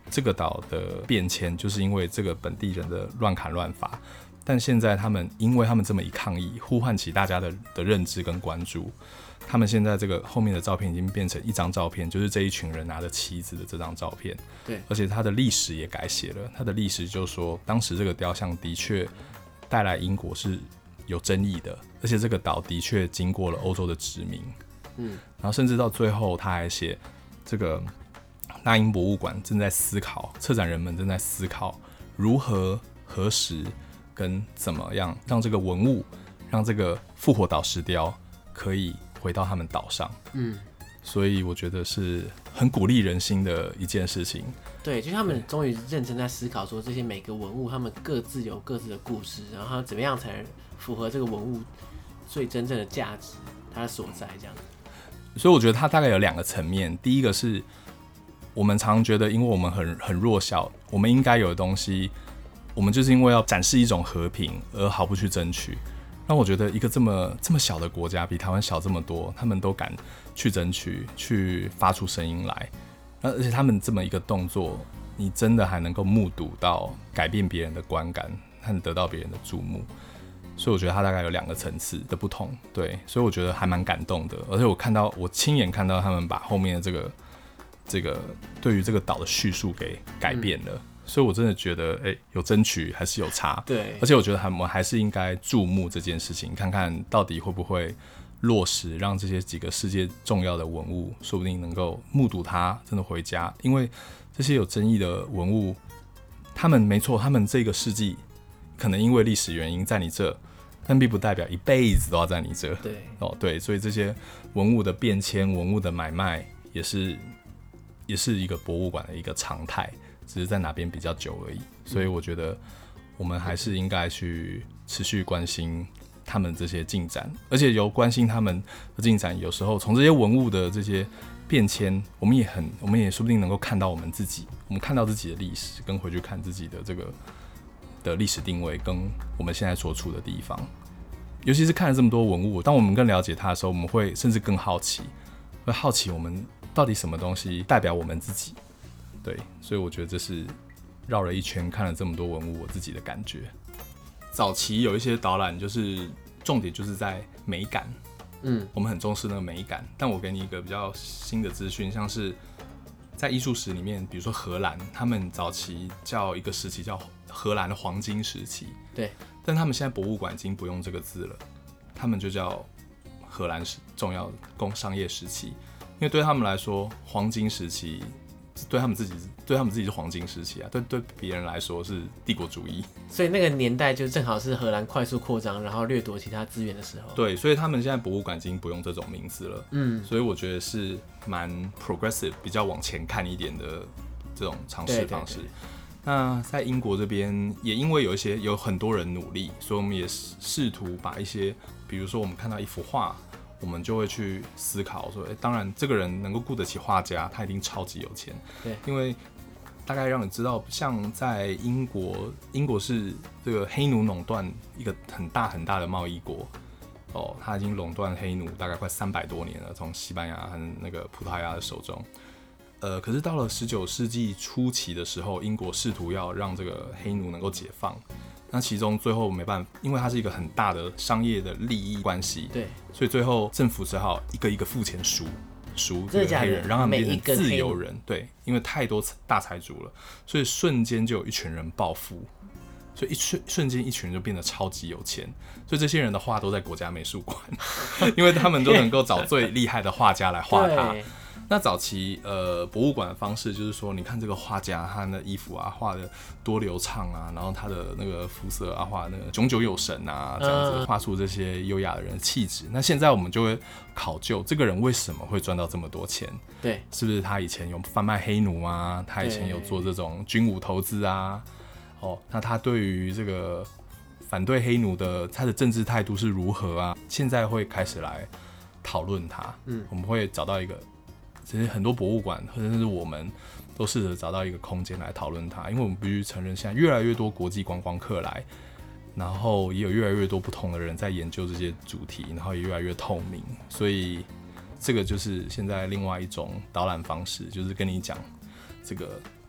这个岛的变迁就是因为这个本地人的乱砍乱伐，但现在他们因为他们这么一抗议，呼唤起大家 的, 的认知跟关注，他们现在这个后面的照片已经变成一张照片，就是这一群人拿着旗子的这张照片。 对， 而且它的历史也改写了，它的历史就是说，当时这个雕像的确带来英国是有争议的，而且这个岛的确经过了欧洲的殖民。嗯，然后甚至到最后，他还写这个大英博物馆正在思考，策展人们正在思考如何、何时跟怎么样让这个文物，让这个复活岛石雕可以回到他们岛上。嗯，所以我觉得是很鼓励人心的一件事情。 对，就是他们终于认真在思考说，这些每个文物他们各自有各自的故事，然后怎么样才能符合这个文物最真正的价值，它的所在这样。 所以我觉得它大概有两个层面，第一个是我们常觉得，因为我们很很弱小，我们应该有的东西，我们就是因为要展示一种和平而毫不去争取。那我觉得一个这么这么小的国家，比台湾小这么多，他们都敢去争取，去发出声音来，而且他们这么一个动作，你真的还能够目睹到改变别人的观感和得到别人的注目。所以我觉得它大概有两个层次的不同，对，所以我觉得还蛮感动的。而且我看到，我亲眼看到他们把后面的这个这个对于这个岛的叙述给改变了。嗯，所以我真的觉得，哎、欸，有争取还是有差。 对， 而且我觉得我们还是应该注目这件事情，看看到底会不会落实，让这些几个世界重要的文物，说不定能够目睹它真的回家。因为这些有争议的文物，他们没错，他们这个世纪可能因为历史原因在你这，但并不代表一辈子都要在你这。 对， 哦，对，所以这些文物的变迁、文物的买卖，也是也是一个博物馆的一个常态。只是在哪边比较久而已，所以我觉得我们还是应该去持续关心他们这些进展，而且有关心他们的进展，有时候从这些文物的这些变迁，我们也很，我们也说不定能够看到我们自己，我们看到自己的历史，跟回去看自己的这个的历史定位，跟我们现在所处的地方。尤其是看了这么多文物，当我们更了解它的时候，我们会甚至更好奇，会好奇我们到底什么东西代表我们自己。对，所以我觉得这是绕了一圈看了这么多文物我自己的感觉。早期有一些导览就是重点就是在美感，嗯，我们很重视那个美感。但我给你一个比较新的资讯，像是在艺术史里面，比如说荷兰，他们早期叫一个时期叫荷兰的黄金时期， 对， 但他们现在博物馆已经不用这个字了，他们就叫荷兰重要工商业时期，因为对他们来说，黄金时期。对他们自己，对他们自己是黄金时期啊，对对别人来说是帝国主义。 所以那个年代就正好是荷兰快速扩张，然后掠夺其他资源的时候。 对，所以他们现在博物馆已经不用这种名字了。嗯，所以我觉得是蛮 progressive， 比较往前看一点的这种尝试方式。对对对。那在英国这边，也因为有一些有很多人努力，所以我们也试图把一些，比如说我们看到一幅画。我们就会去思考说，欸、当然这个人能够雇得起画家，他一定超级有钱。 对， 因为大概让你知道，像在英国，英国是这个黑奴垄断一个很大很大的贸易国。哦，他已经垄断黑奴大概快三百多年了，从西班牙和那个葡萄牙的手中。呃，可是到了十九世纪初期的时候，英国试图要让这个黑奴能够解放。那其中最后没办法，因为它是一个很大的商业的利益关系， 对， 所以最后政府只好一个一个付钱赎赎这个黑人，让他们变成自由人。对，因为太多大财主了，所以瞬间就有一群人暴富，所以一瞬瞬间一群人就变得超级有钱。所以这些人的画都在国家美术馆，因为他们都能够找最厉害的画家来画它。那早期呃博物馆的方式就是说，你看这个画家他的衣服啊画的多流畅啊，然后他的那个肤色啊画那个炯炯有神啊，这样子画出这些优雅的人的气质。那现在我们就会考究这个人为什么会赚到这么多钱？ 对， 是不是他以前有贩卖黑奴啊？他以前有做这种军武投资啊？哦，那他对于这个反对黑奴的他的政治态度是如何啊？现在会开始来讨论他。嗯，我们会找到一个。其实很多博物馆，或者是我们都试着找到一个空间来讨论它，因为我们必须承认，现在越来越多国际观光客来，然后也有越来越多不同的人在研究这些主题，然后也越来越透明，所以这个就是现在另外一种导览方式，就是跟你讲这个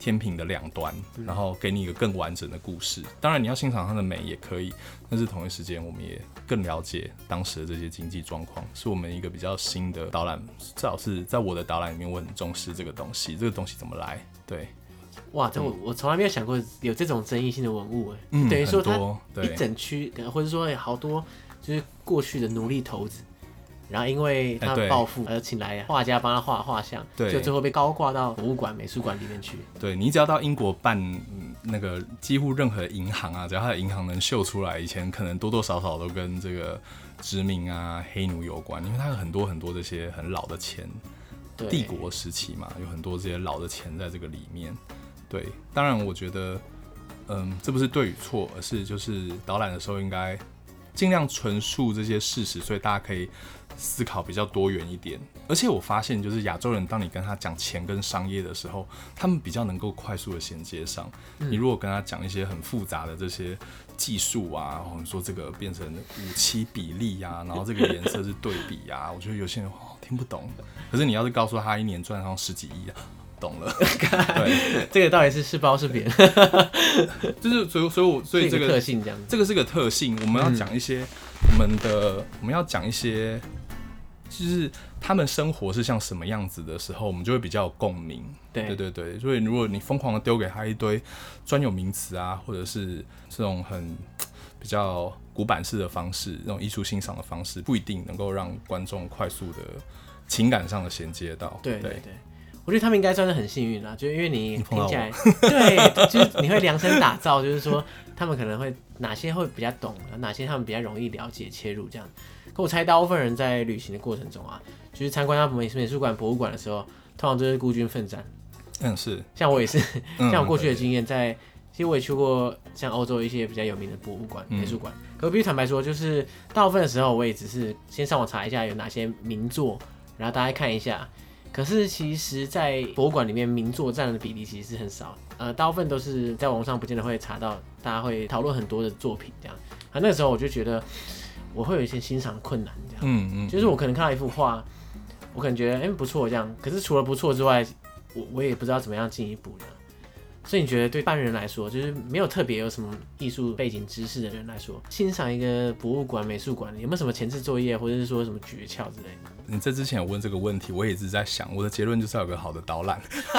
天平的两端，然后给你一个更完整的故事。当然你要欣赏它的美也可以，但是同一时间我们也更了解当时的这些经济状况，是我们一个比较新的导览，至少是在我的导览里面，我很重视这个东西，这个东西怎么来。对， 哇，这我我从来没有想过有这种争议性的文物， 嗯， 等于说它一整区，或者说好多就是过去的奴隶头子。然后因为他暴富而请来画家帮他画画像，就最后被高挂到博物馆、美术馆里面去。 对，你只要到英国办那个几乎任何银行啊，只要他的银行能秀出来，以前可能多多少少都跟这个殖民啊、黑奴有关，因为他有很多很多这些很老的钱，帝国时期嘛，有很多这些老的钱在这个里面。对，当然我觉得，嗯，这不是对与错，而是就是导览的时候应该尽量陈述这些事实，所以大家可以思考比较多元一点。而且我发现，就是亚洲人，当你跟他讲钱跟商业的时候，他们比较能够快速的衔接上。嗯、你如果跟他讲一些很复杂的这些技术啊，然后你说这个变成五七比例啊，然后这个颜色是对比啊，我觉得有些人、哦、听不懂。可是你要是告诉他一年赚上十几亿啊，懂了。对， 这个到底是是包是扁？ 就是所以所以我所以这个特性这样子， 这个是个特性。我们要讲一些我们的，嗯、我们要讲一些。就是他们生活是像什么样子的时候，我们就会比较有共鸣。对对对对，所以如果你疯狂的丢给他一堆专有名词啊，或者是这种很比较古板式的方式，这种艺术欣赏的方式，不一定能够让观众快速的情感上的衔接到。 对对对，我觉得他们应该算是很幸运啦，就因为你听起来，对，就是你会量身打造，就是说他们可能会哪些会比较懂，哪些他们比较容易了解切入这样。可我猜大部分人在旅行的过程中啊，就是参观他美美术馆、博物馆的时候，通常都是孤军奋战。 嗯，是。 像我也是，像我过去的经验，在其实我也去过像欧洲一些比较有名的博物馆、美术馆。可必须坦白说，就是大部分的时候，我也只是先上网查一下有哪些名作，然后大家看一下。可是其实，在博物馆里面，名作占的比例其实是很少。呃，大部分都是在网络上不见得会查到，大家会讨论很多的作品这样。啊，那个时候我就觉得。我会有一些欣赏困难，这样，嗯嗯，就是我可能看到一幅画，我可能觉得哎、欸、不错这样，可是除了不错之外，我我也不知道怎么样进一步这样。所以你觉得对一般人来说，就是没有特别有什么艺术背景知识的人来说，欣赏一个博物馆、美术馆，有没有什么前置作业，或者是说什么诀窍之类的？ 你在之前有问这个问题，我也一直在想，我的结论就是要有个好的导览，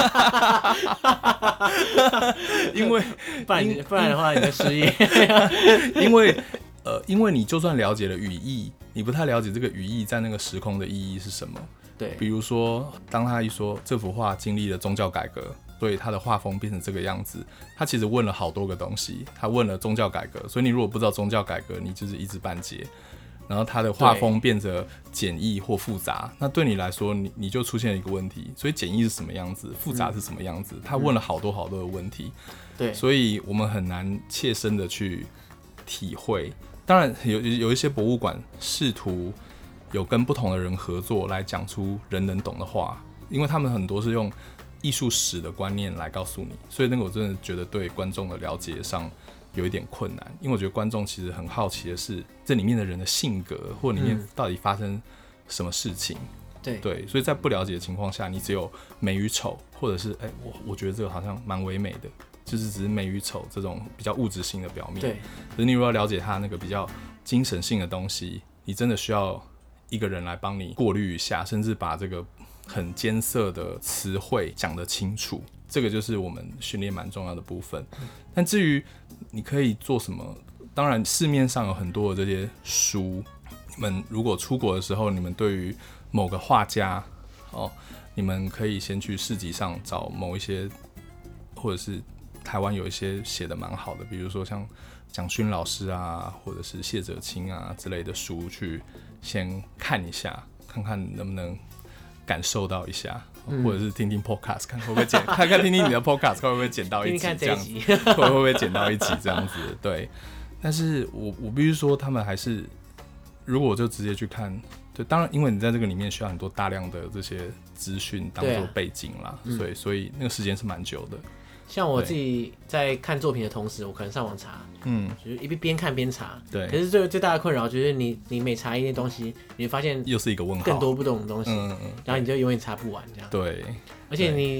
因为不然不然的话你就失业， 因为。呃，因为你就算了解了语义，你不太了解这个语义在那个时空的意义是什么。 对， 比如说，当他一说这幅画经历了宗教改革，所以他的画风变成这个样子，他其实问了好多个东西。他问了宗教改革，所以你如果不知道宗教改革，你就是一知半解。然后他的画风变得简易或复杂，那对你来说，你你就出现了一个问题。所以简易是什么样子，复杂是什么样子？嗯、他问了好多好多的问题。 对， 所以我们很难切身的去体会。当然有有一些博物馆试图有跟不同的人合作来讲出人能懂的话，因为他们很多是用艺术史的观念来告诉你，所以那个我真的觉得对观众的了解上有一点困难，因为我觉得观众其实很好奇的是这里面的人的性格或里面到底发生什么事情。嗯、 对对，所以在不了解的情况下，你只有美与丑，或者是哎、欸、我我觉得这个好像蛮唯美的。就是只是美与丑这种比较物质性的表面， 对。 可是你如果要了解它那个比较精神性的东西，你真的需要一个人来帮你过滤一下，甚至把这个很艰涩的词汇讲得清楚。这个就是我们训练蛮重要的部分。但至于你可以做什么，当然市面上有很多的这些书，你们如果出国的时候，你们对于某个画家哦，你们可以先去市集上找某一些，或者是。台湾有一些写的蛮好的，比如说像蒋勋老师啊，或者是谢哲青啊之类的书，去先看一下，看看能不能感受到一下，嗯、或者是听听 podcast， 看会不会剪，看看听听你的 podcast， 看会不会剪到一集这样子，会不会剪到一集这样子？对，但是我我必须说，他们还是，如果我就直接去看，对，当然因为你在这个里面需要很多大量的这些资讯当做背景啦，啊嗯、所以所以那个时间是蛮久的。 像我自己在看作品的同时，我可能上网查，嗯，就是一边看边查， 对。 可是最最大的困扰就是你你每查一件东西，你会发现又是一个问号， 更多不懂的东西， 嗯嗯， 然后你就永远查不完这样。 对。 而且你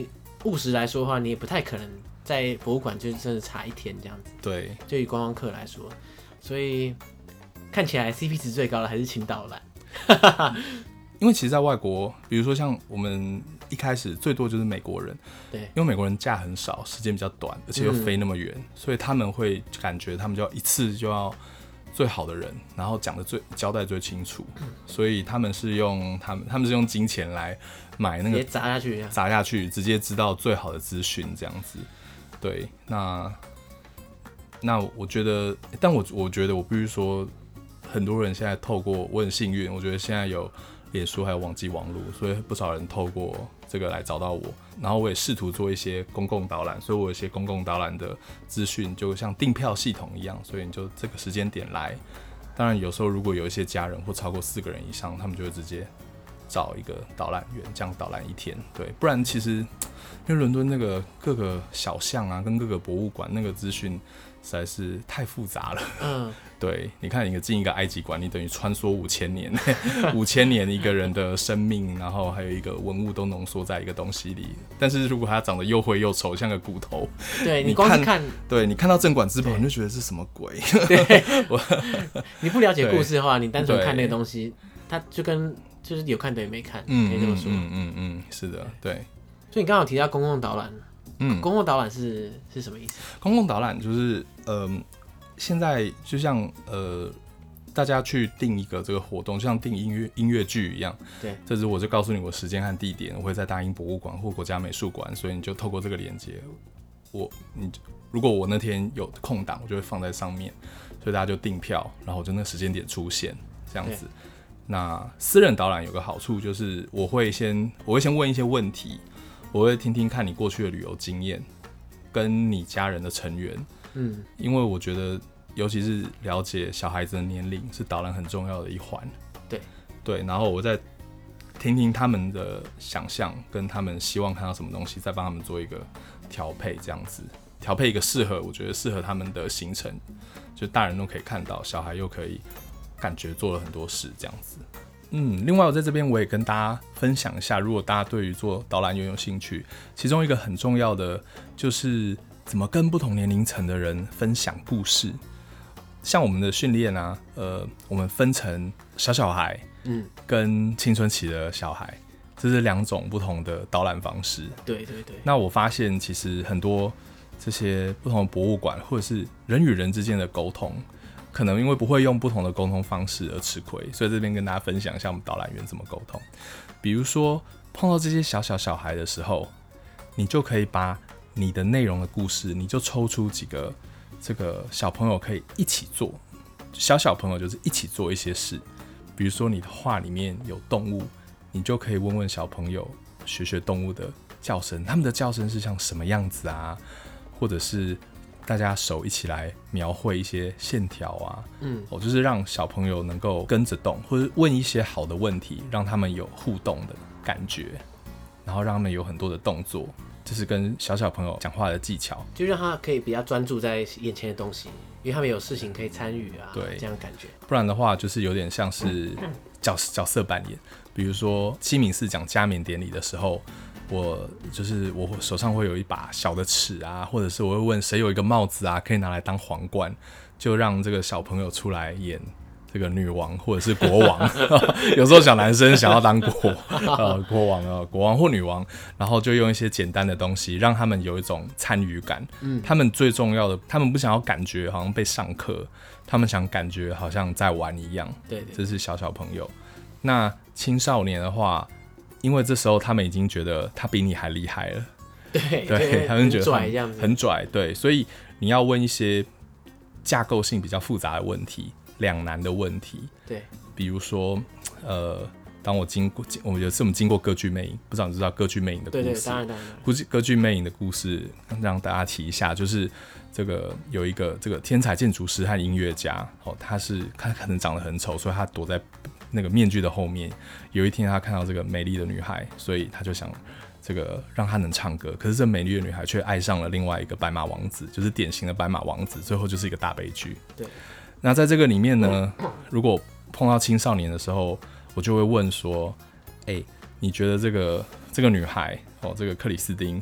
务实来说的话，你也不太可能在博物馆就真的查一天这样子。 对， 就以观光客来说，所以看起来 C P 值最高的还是请导览。 因为其实，在外国，比如说像我们一开始最多就是美国人， 对， 因为美国人假很少，时间比较短，而且又飞那么远，嗯、所以他们会感觉他们就要一次就要最好的人，然后讲的最交代最清楚，嗯、所以他们是用他们他们是用金钱来买那个直接砸下去， 砸下去，直接知道最好的资讯这样子。对，那那我觉得，但我我觉得我必须说，很多人现在透过我很幸运，我觉得现在有脸书还有网际网路，所以不少人透过这个来找到我。然后我也试图做一些公共导览，所以我有一些公共导览的资讯，就像订票系统一样，所以你就这个时间点来。当然有时候如果有一些家人或超过四个人以上，他们就会直接找一个导览员，这样导览一天。对，不然其实因为伦敦那个各个小巷啊，跟各个博物馆那个资讯实在是太复杂了。嗯，对，你看你进一个埃及馆，你等于穿梭五千年，五千年一个人的生命，然后还有一个文物都浓缩在一个东西里。但是如果它长得又灰又丑，像个骨头， 对你光是看， 对你看到镇馆之宝，你就觉得是什么鬼？ 对，你不了解故事的话，你单纯看那个东西，它就跟就是有看等于没看，嗯、可以这么说。 嗯嗯嗯，是的，对。 所以你刚好提到公共导览。嗯，公共导览是是什么意思？ 公共导览就是，呃，现在就像呃，大家去订一个这个活动，就像订音乐音乐剧一样。 对， 这是我就告诉你我时间和地点，我会在大英博物馆或国家美术馆，所以你就透过这个连接，我你如果我那天有空档，我就会放在上面，所以大家就订票，然后我就那个时间点出现这样子。那私人导览有个好处就是，我会先我会先问一些问题。我会听听看你过去的旅游经验，跟你家人的成员，嗯，因为我觉得，尤其是了解小孩子的年龄，是导览很重要的一环。 对， 对，然后我再听听他们的想象，跟他们希望看到什么东西，再帮他们做一个调配，这样子调配一个适合，我觉得适合他们的行程，就大人都可以看到，小孩又可以感觉做了很多事，这样子。嗯，另外我在这边我也跟大家分享一下，如果大家对于做导览员有兴趣，其中一个很重要的就是怎么跟不同年龄层的人分享故事。像我们的训练啊，呃，我们分成小小孩，嗯，跟青春期的小孩，这是两种不同的导览方式。 对对对。 那我发现其实很多这些不同的博物馆或者是人与人之间的沟通，可能因为不会用不同的沟通方式而吃亏，所以这边跟大家分享一下我们导览员怎么沟通。比如说碰到这些小小小孩的时候，你就可以把你的内容的故事，你就抽出几个这个小朋友可以一起做，小小朋友就是一起做一些事。比如说你的画里面有动物，你就可以问问小朋友，学学动物的叫声，他们的叫声是像什么样子啊，或者是大家手一起来描绘一些线条啊，嗯，哦，就是让小朋友能够跟着动，或者问一些好的问题，让他们有互动的感觉，然后让他们有很多的动作，这是跟小小朋友讲话的技巧， 就让他可以比较专注在眼前的东西，因为他们有事情可以参与啊，对，这样感觉。 不然的话，就是有点像是角角色扮演，比如说西敏寺讲加冕典礼的时候。我就是我手上会有一把小的尺啊，或者是我会问谁有一个帽子啊，可以拿来当皇冠，就让这个小朋友出来演这个女王或者是国王。有时候小男生想要当国呃国王啊，国王或女王，然后就用一些简单的东西，让他们有一种参与感。嗯，他们最重要的，他们不想要感觉好像被上课，他们想感觉好像在玩一样。 对对， 这是小小朋友。那青少年的话。因为这时候他们已经觉得他比你还厉害了， 对对，他们觉得很拽这样子， 很拽，对，所以你要问一些架构性比较复杂的问题，两难的问题， 对， 比如说，呃，当我经过，我有一次我们经过歌剧魅影，不知道你知道歌剧魅影的故事？ 对对，当然当然。 歌剧魅影的故事让大家提一下，就是这个有一个这个天才建筑师和音乐家，哦，他是他可能长得很丑，所以他躲在那个面具的后面。有一天他看到这个美丽的女孩，所以他就想这个让她能唱歌。可是这美丽的女孩却爱上了另外一个白马王子，就是典型的白马王子，最后就是一个大悲剧。 对。 那在这个里面呢，如果碰到青少年的时候，我就会问说：“哎、欸，你觉得这个这个女孩哦，这个克里斯汀，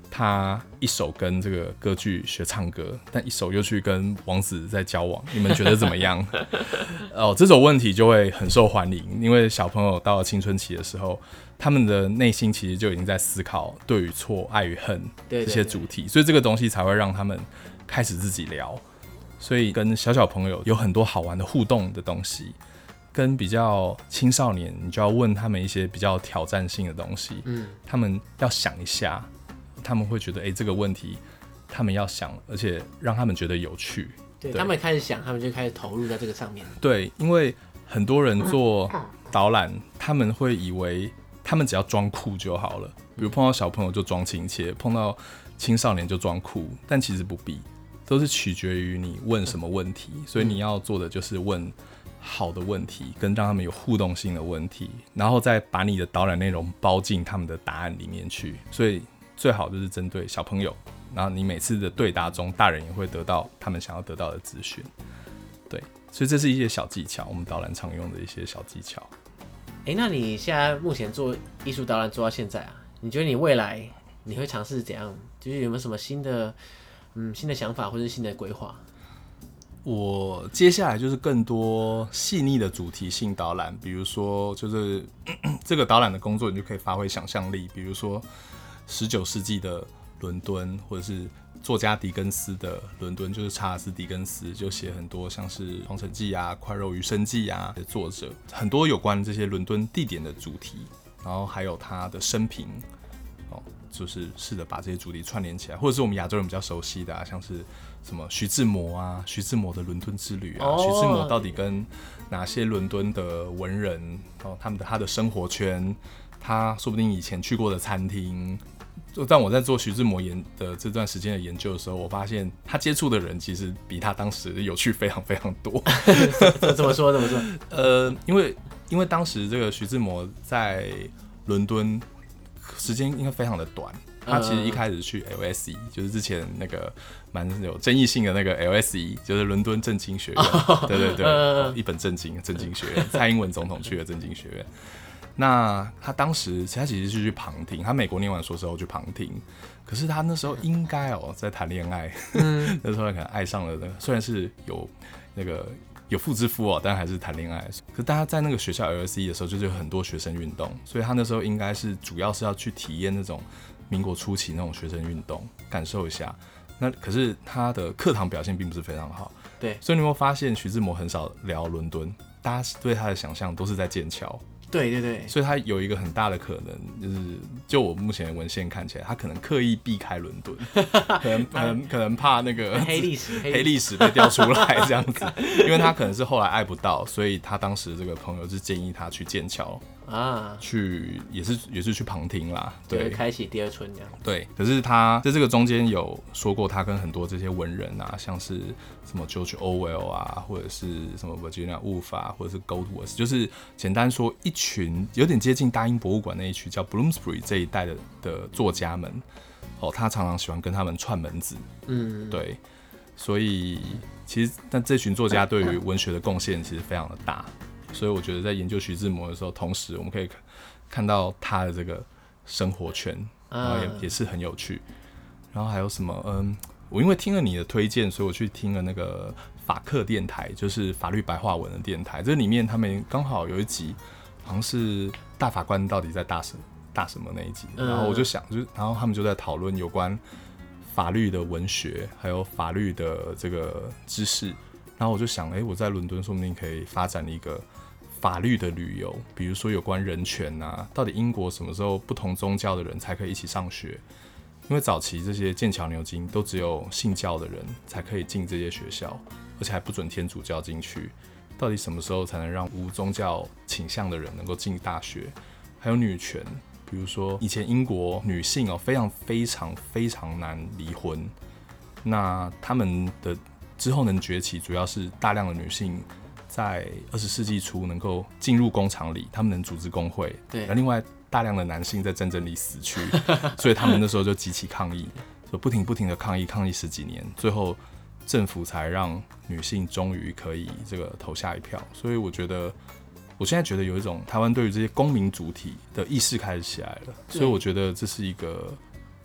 他一手跟这个歌剧学唱歌，但一手又去跟王子在交往，你们觉得怎么样？哦，这种问题就会很受欢迎，因为小朋友到了青春期的时候，他们的内心其实就已经在思考对与错、爱与恨这些主题，所以这个东西才会让他们开始自己聊。所以跟小小朋友有很多好玩的互动的东西，跟比较青少年，你就要问他们一些比较挑战性的东西，嗯，他们要想一下。他们会觉得，哎、欸，这个问题他们要想，而且让他们觉得有趣。 对，对他们开始想，他们就开始投入在这个上面。 对，因为很多人做导览，他们会以为他们只要装酷就好了，比如碰到小朋友就装亲切，碰到青少年就装酷，但其实不必，都是取决于你问什么问题。所以你要做的就是问好的问题，跟让他们有互动性的问题，然后再把你的导览内容包进他们的答案里面去。所以最好就是针对小朋友，然后你每次的对答中，大人也会得到他们想要得到的资讯。对，所以这是一些小技巧，我们导览常用的一些小技巧。 哎、欸，那你现在目前做艺术导览做到现在啊，你觉得你未来你会尝试怎样？就是有没有什么新的嗯新的想法或者新的规划？ 我接下来就是更多细腻的主题性导览，比如说就是咳咳这个导览的工作，你就可以发挥想象力，比如说十九世纪的伦敦，或者是作家狄更斯的伦敦，就是查尔斯·狄更斯就写很多像是《荒城记》啊、《快肉余生记》啊的作者，很多有关这些伦敦地点的主题，然后还有他的生平，哦，就是试着把这些主题串联起来，或者是我们亚洲人比较熟悉的啊，像是什么徐志摩啊，徐志摩的伦敦之旅啊，哦、徐志摩到底跟哪些伦敦的文人，哦，他们的他的生活圈，他说不定以前去过的餐厅。但我在做徐志摩研的这段时间的研究的时候，我发现他接触的人其实比他当时有趣非常非常多。 怎么说？怎么说？ 呃，因为因为当时这个徐志摩在伦敦时间应该非常的短，他其实一开始去 L S E， 就是之前那个蛮有争议性的那个 L S E， 就是伦敦政经学院，对对对，哦、一本正经政经学院，蔡英文总统去的政经学院。那他当时他其实是去旁听，他美国念完硕士后去旁听，可是他那时候应该哦在谈恋爱，嗯、那时候他可能爱上了那个，虽然是有那个有妇之夫哦，但还是谈恋爱。可是大家在那个学校 L S E 的时候，就是有很多学生运动，所以他那时候应该是主要是要去体验那种民国初期那种学生运动，感受一下。那可是他的课堂表现并不是非常好， 对， 所以你有没有发现徐志摩很少聊伦敦，大家对他的想象都是在剑桥。 对对对， 所以他有一个很大的可能，就是就我目前的文献看起来，他可能刻意避开伦敦，可能可能可能怕那个黑历史黑历史被调出来这样子，因为他可能是后来爱不到，所以他当时这个朋友是建议他去剑桥啊，去也是也是去旁听啦，对， 开启第二春这样。 对，可是他在这个中间有说过，他跟很多这些文人啊，像是什么 George Orwell 啊，或者是什么 Virginia Woolf 啊，或者是 Goldsworth， 就是简单说一群有点接近大英博物馆那一区叫 Bloomsbury 这一代 的, 的作家们，哦，他常常喜欢跟他们串门子，嗯，对，所以其实但这群作家对于文学的贡献其实非常的大。所以我觉得在研究徐志摩的时候，同时我们可以看到他的这个生活圈，然后 也, 也是很有趣。然后还有什么？嗯，我因为听了你的推荐，所以我去听了那个法客电台，就是法律白话文的电台。这里面他们刚好有一集，好像是大法官到底在大什大什么那一集。然后我就想，就然后他们就在讨论有关法律的文学，还有法律的这个知识。然后我就想，哎，我在伦敦说不定可以发展一个法律的旅游，比如说有关人权啊，到底英国什么时候不同宗教的人才可以一起上学？因为早期这些剑桥、牛津都只有信教的人才可以进这些学校，而且还不准天主教进去。到底什么时候才能让无宗教倾向的人能够进大学？还有女权，比如说以前英国女性哦非常非常非常难离婚，那他们的之后能崛起，主要是大量的女性在二十世纪初能够进入工厂里，他们能组织工会。对，而另外大量的男性在战争里死去，所以他们那时候就集起抗议，就不停不停的抗议，抗议十几年，最后政府才让女性终于可以这个投下一票。所以我觉得，我现在觉得有一种台湾对于这些公民主体的意识开始起来了，所以我觉得这是一个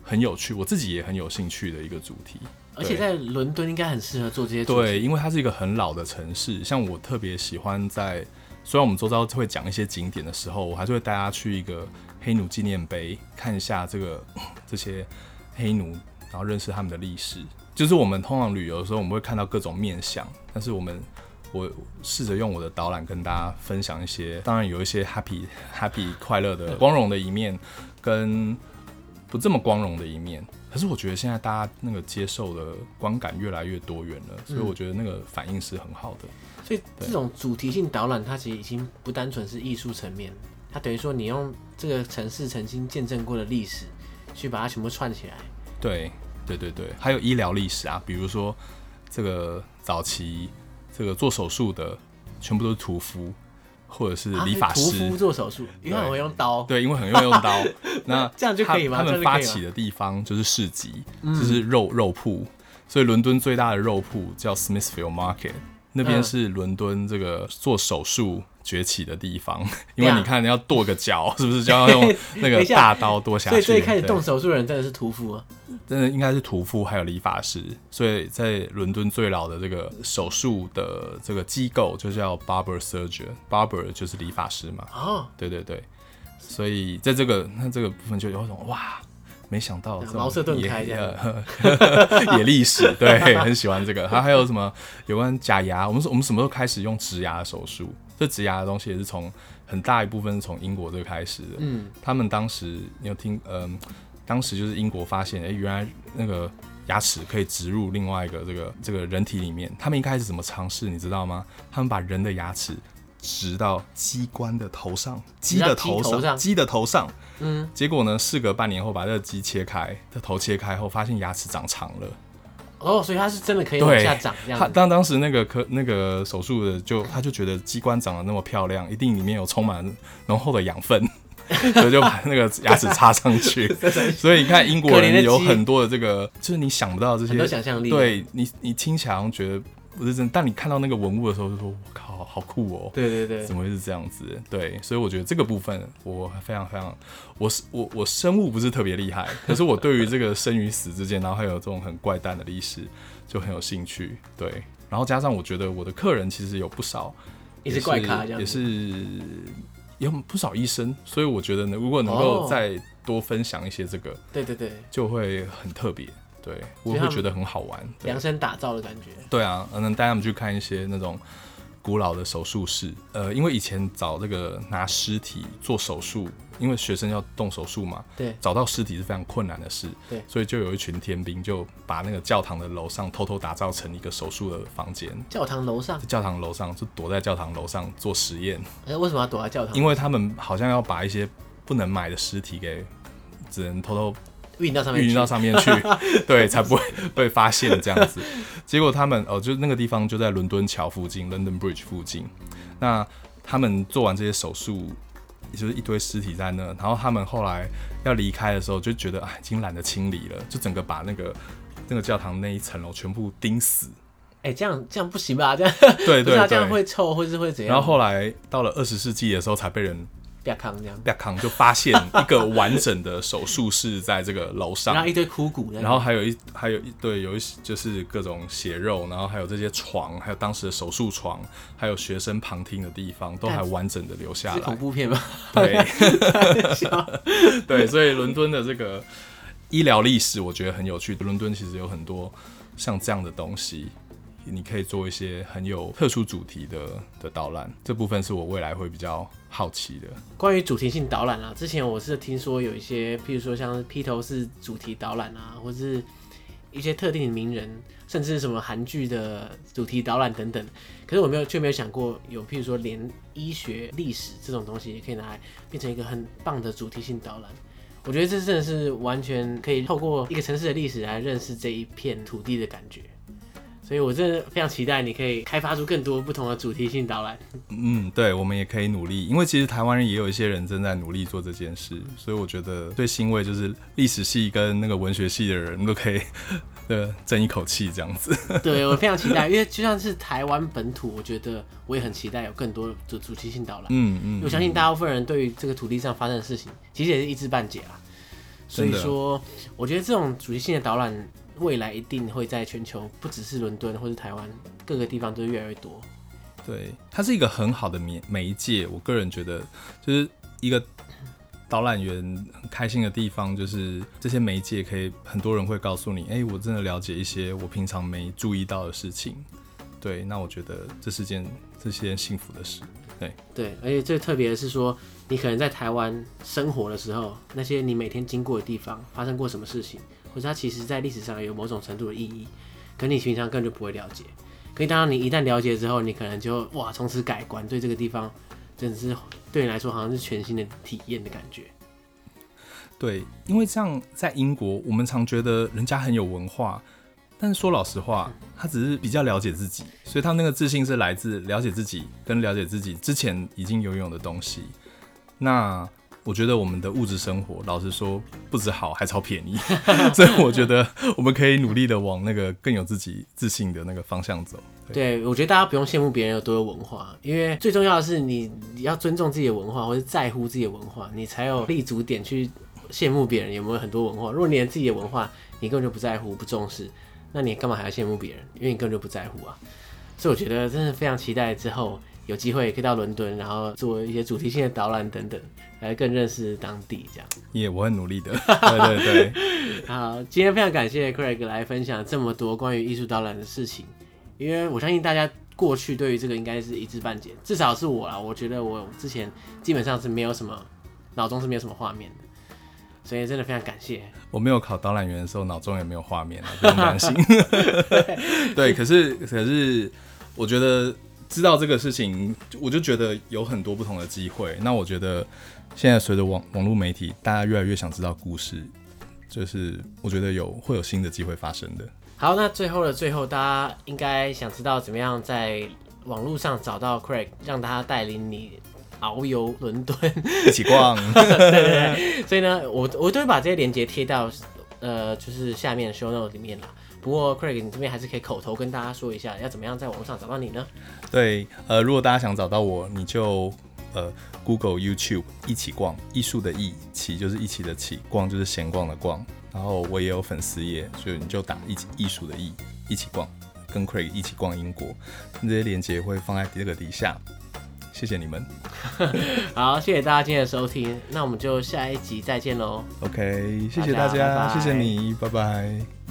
很有趣，我自己也很有兴趣的一个主题。 而且在伦敦应该很适合做这些主题。 对，因为它是一个很老的城市，像我特别喜欢在，虽然我们周遭会讲一些景点的时候，我还是会带大家去一个黑奴纪念碑，看一下这个这些黑奴，然后认识他们的历史。就是我们通常旅游的时候，我们会看到各种面向，但是我们我试着用我的导览跟大家分享一些，当然有一些 happy happy 快乐的光荣的一面，跟不这么光荣的一面。可是我觉得现在大家那个接受的观感越来越多元了，所以我觉得那个反应是很好的。 所以这种主题性导览，它其实已经不单纯是艺术层面，它等于说你用这个城市曾经见证过的历史，去把它全部串起来。 对对对对，还有医疗历史啊，比如说这个早期这个做手术的全部都是屠夫。或者是理发师， 屠夫做手术，因为很会用刀。 对，因为很会用刀。那这样就可以吗？ 他们发起的地方就是市集，嗯、就是肉肉铺。所以伦敦最大的肉铺叫 Smithfield Market， 那边是伦敦这个做手术崛起的地方。因为你看，你要剁个脚，是不是就要用那个大刀剁下去？ 所以最开始动手术的人真的是屠夫啊。 真的应该是屠夫还有理发师，所以在伦敦最老的这个手术的这个机构就叫 barber surgeon，barber 就是理发师嘛。哦，对对对，所以在这个那这个部分就有种哇，没想到茅塞顿开这样，也历史对，很喜欢这个。它还有什么有关假牙？我们我们什么时候开始用植牙的手术？这植牙的东西也是从很大一部分是从英国这个开始的。嗯，他们当时你有听嗯。当时就是英国发现，哎、欸，原来那个牙齿可以植入另外一个这个这个人体里面。他们一开始怎么尝试，你知道吗？他们把人的牙齿植到鸡冠的头上，鸡的头上，鸡的头上。嗯，结果呢，事隔半年后，把这个鸡切开，这头切开后，发现牙齿长长了。 哦，所以它是真的可以往下长这样子。 当当时那个科那个手术的就他就觉得鸡冠长得那么漂亮，一定里面有充满浓厚的养分。所以就把那个牙齿插上去，所以你看英国人有很多的这个，就是你想不到这些， 很多想象力。 对你，你听起来好像觉得不是真的，但你看到那个文物的时候，就说：“我靠，好酷哦！” 对对对， 怎么会是这样子？对，所以我觉得这个部分我非常非常，我是我我生物不是特别厉害，可是我对于这个生与死之间，然后还有这种很怪诞的历史就很有兴趣。对，然后加上我觉得我的客人其实有不少也是怪咖，这样也是。有不少医生，所以我觉得呢，如果能够再多分享一些这个，哦、 对对对， 就会很特别，对我会觉得很好玩， 量身打造的感觉。 对啊，能带他们去看一些那种古老的手术室，呃，因为以前找这个拿尸体做手术，因为学生要动手术嘛， 对， 找到尸体是非常困难的事， 对， 所以就有一群天兵就把那个教堂的楼上偷偷打造成一个手术的房间。 教堂楼上， 教堂楼上就躲在教堂楼上做实验。 欸、为什么要躲在教堂？ 因为他们好像要把一些不能买的尸体给，只能偷偷运到上面去， 运到上面去，对，才不会被发现这样子。结果他们哦，就那个地方就在伦敦桥附近 ，London Bridge 附近。那他们做完这些手术，也就是一堆尸体在那，然后他们后来要离开的时候，就觉得啊，已经懒得清理了，就整个把那个那个教堂那一层楼全部钉死。 哎、欸，这样这样不行吧？这样对对对， 这样会臭，或是会怎样？ 然后后来到了二十世纪的时候，才被人。 啪康这样， 啪康就发现一个完整的手术室在这个楼上， 然后一堆枯骨， 然后还有一还有一对有一就是各种血肉，然后还有这些床，还有当时的手术床，还有学生旁听的地方，都还完整的留下来。 是恐怖片吗？ 对，对，所以伦敦的这个医疗历史我觉得很有趣。伦敦其实有很多像这样的东西。你可以做一些很有特殊主题的的导览，这部分是我未来会比较好奇的。 关于主题性导览啊，之前我是听说有一些，譬如说像披头士主题导览啊，或是一些特定的名人，甚至什么韩剧的主题导览等等。可是我没有却没有想过有，譬如说连医学、历史这种东西也可以拿来变成一个很棒的主题性导览。我觉得这真的是完全可以透过一个城市的历史来认识这一片土地的感觉。所以我真的非常期待你可以开发出更多不同的主题性导览。 嗯，对，我们也可以努力，因为其实台湾人也有一些人正在努力做这件事，所以我觉得最欣慰就是历史系跟那个文学系的人都可以呃争一口气这样子。对， 我非常期待，因为就像是台湾本土，我觉得我也很期待有更多的主主题性导览。嗯嗯，我相信大部分人对于这个土地上发生的事情，其实也是一知半解啦。 所以说，我觉得这种主题性的导览，未来一定会在全球，不只是伦敦或是台湾各个地方都越来越多。 对，它是一个很好的媒介。我个人觉得，就是一个导览员很开心的地方，就是这些媒介可以很多人会告诉你，哎、欸，我真的了解一些我平常没注意到的事情。对，那我觉得这是件这是件幸福的事。对对，而且最特别的是说，你可能在台湾生活的时候，那些你每天经过的地方发生过什么事情，或者它其实在历史上有某种程度的意义，可你平常根本就不会了解。可是当你一旦了解之后，你可能就哇从此改观，对这个地方真的是对你来说好像是全新的体验的感觉。 对，因为这样在英国，我们常觉得人家很有文化，但是说老实话，他只是比较了解自己，所以他那个自信是来自了解自己跟了解自己之前已经拥有的东西。那我觉得我们的物质生活，老实说不止好，还超便宜，所以我觉得我们可以努力的往那个更有自己自信的那个方向走。 对，对，我觉得大家不用羡慕别人有多有文化，因为最重要的是你要尊重自己的文化，或是在乎自己的文化，你才有立足点去羡慕别人有没有很多文化。如果你连自己的文化你根本就不在乎、不重视，那你干嘛还要羡慕别人？因为你根本就不在乎啊。所以我觉得真的非常期待之后有机会可以到伦敦，然后做一些主题性的导览等等，来更认识当地这样。 也、yeah, 我很努力的，对对对。 好，今天非常感谢 Craig 来分享这么多关于艺术导览的事情，因为我相信大家过去对于这个应该是一知半解，至少是我啦。我觉得我之前基本上是没有什么脑中是没有什么画面的。所以真的非常感谢。 我没有考导览员的时候，脑中也没有画面了，不用担心。对，可是可是，我觉得知道这个事情，我就觉得有很多不同的机会。那我觉得现在随着网网络媒体，大家越来越想知道故事，就是我觉得有会有新的机会发生的。 好，那最后的最后，大家应该想知道怎么样在网络上找到 Craig， 让他带领你遨游伦敦， 一起逛。 对对对，所以呢，我我都会把这些连结贴到呃，就是下面的 show note 里面啦。不过 Craig， 你这边还是可以口头跟大家说一下，要怎么样在网络上找到你呢？ 对，呃，如果大家想找到我，你就呃 Google YouTube 一起逛，艺术的艺，起就是一起的起，逛就是闲逛的逛。然后我也有粉丝页，所以你就打一起艺术的艺，一起逛，跟 Craig 一起逛英国，这些连结会放在这个底下。谢谢你们。 好，谢谢大家今天的收听，那我们就下一集再见喽。 OK， 谢谢大家， 大家拜拜， 谢谢你，拜拜。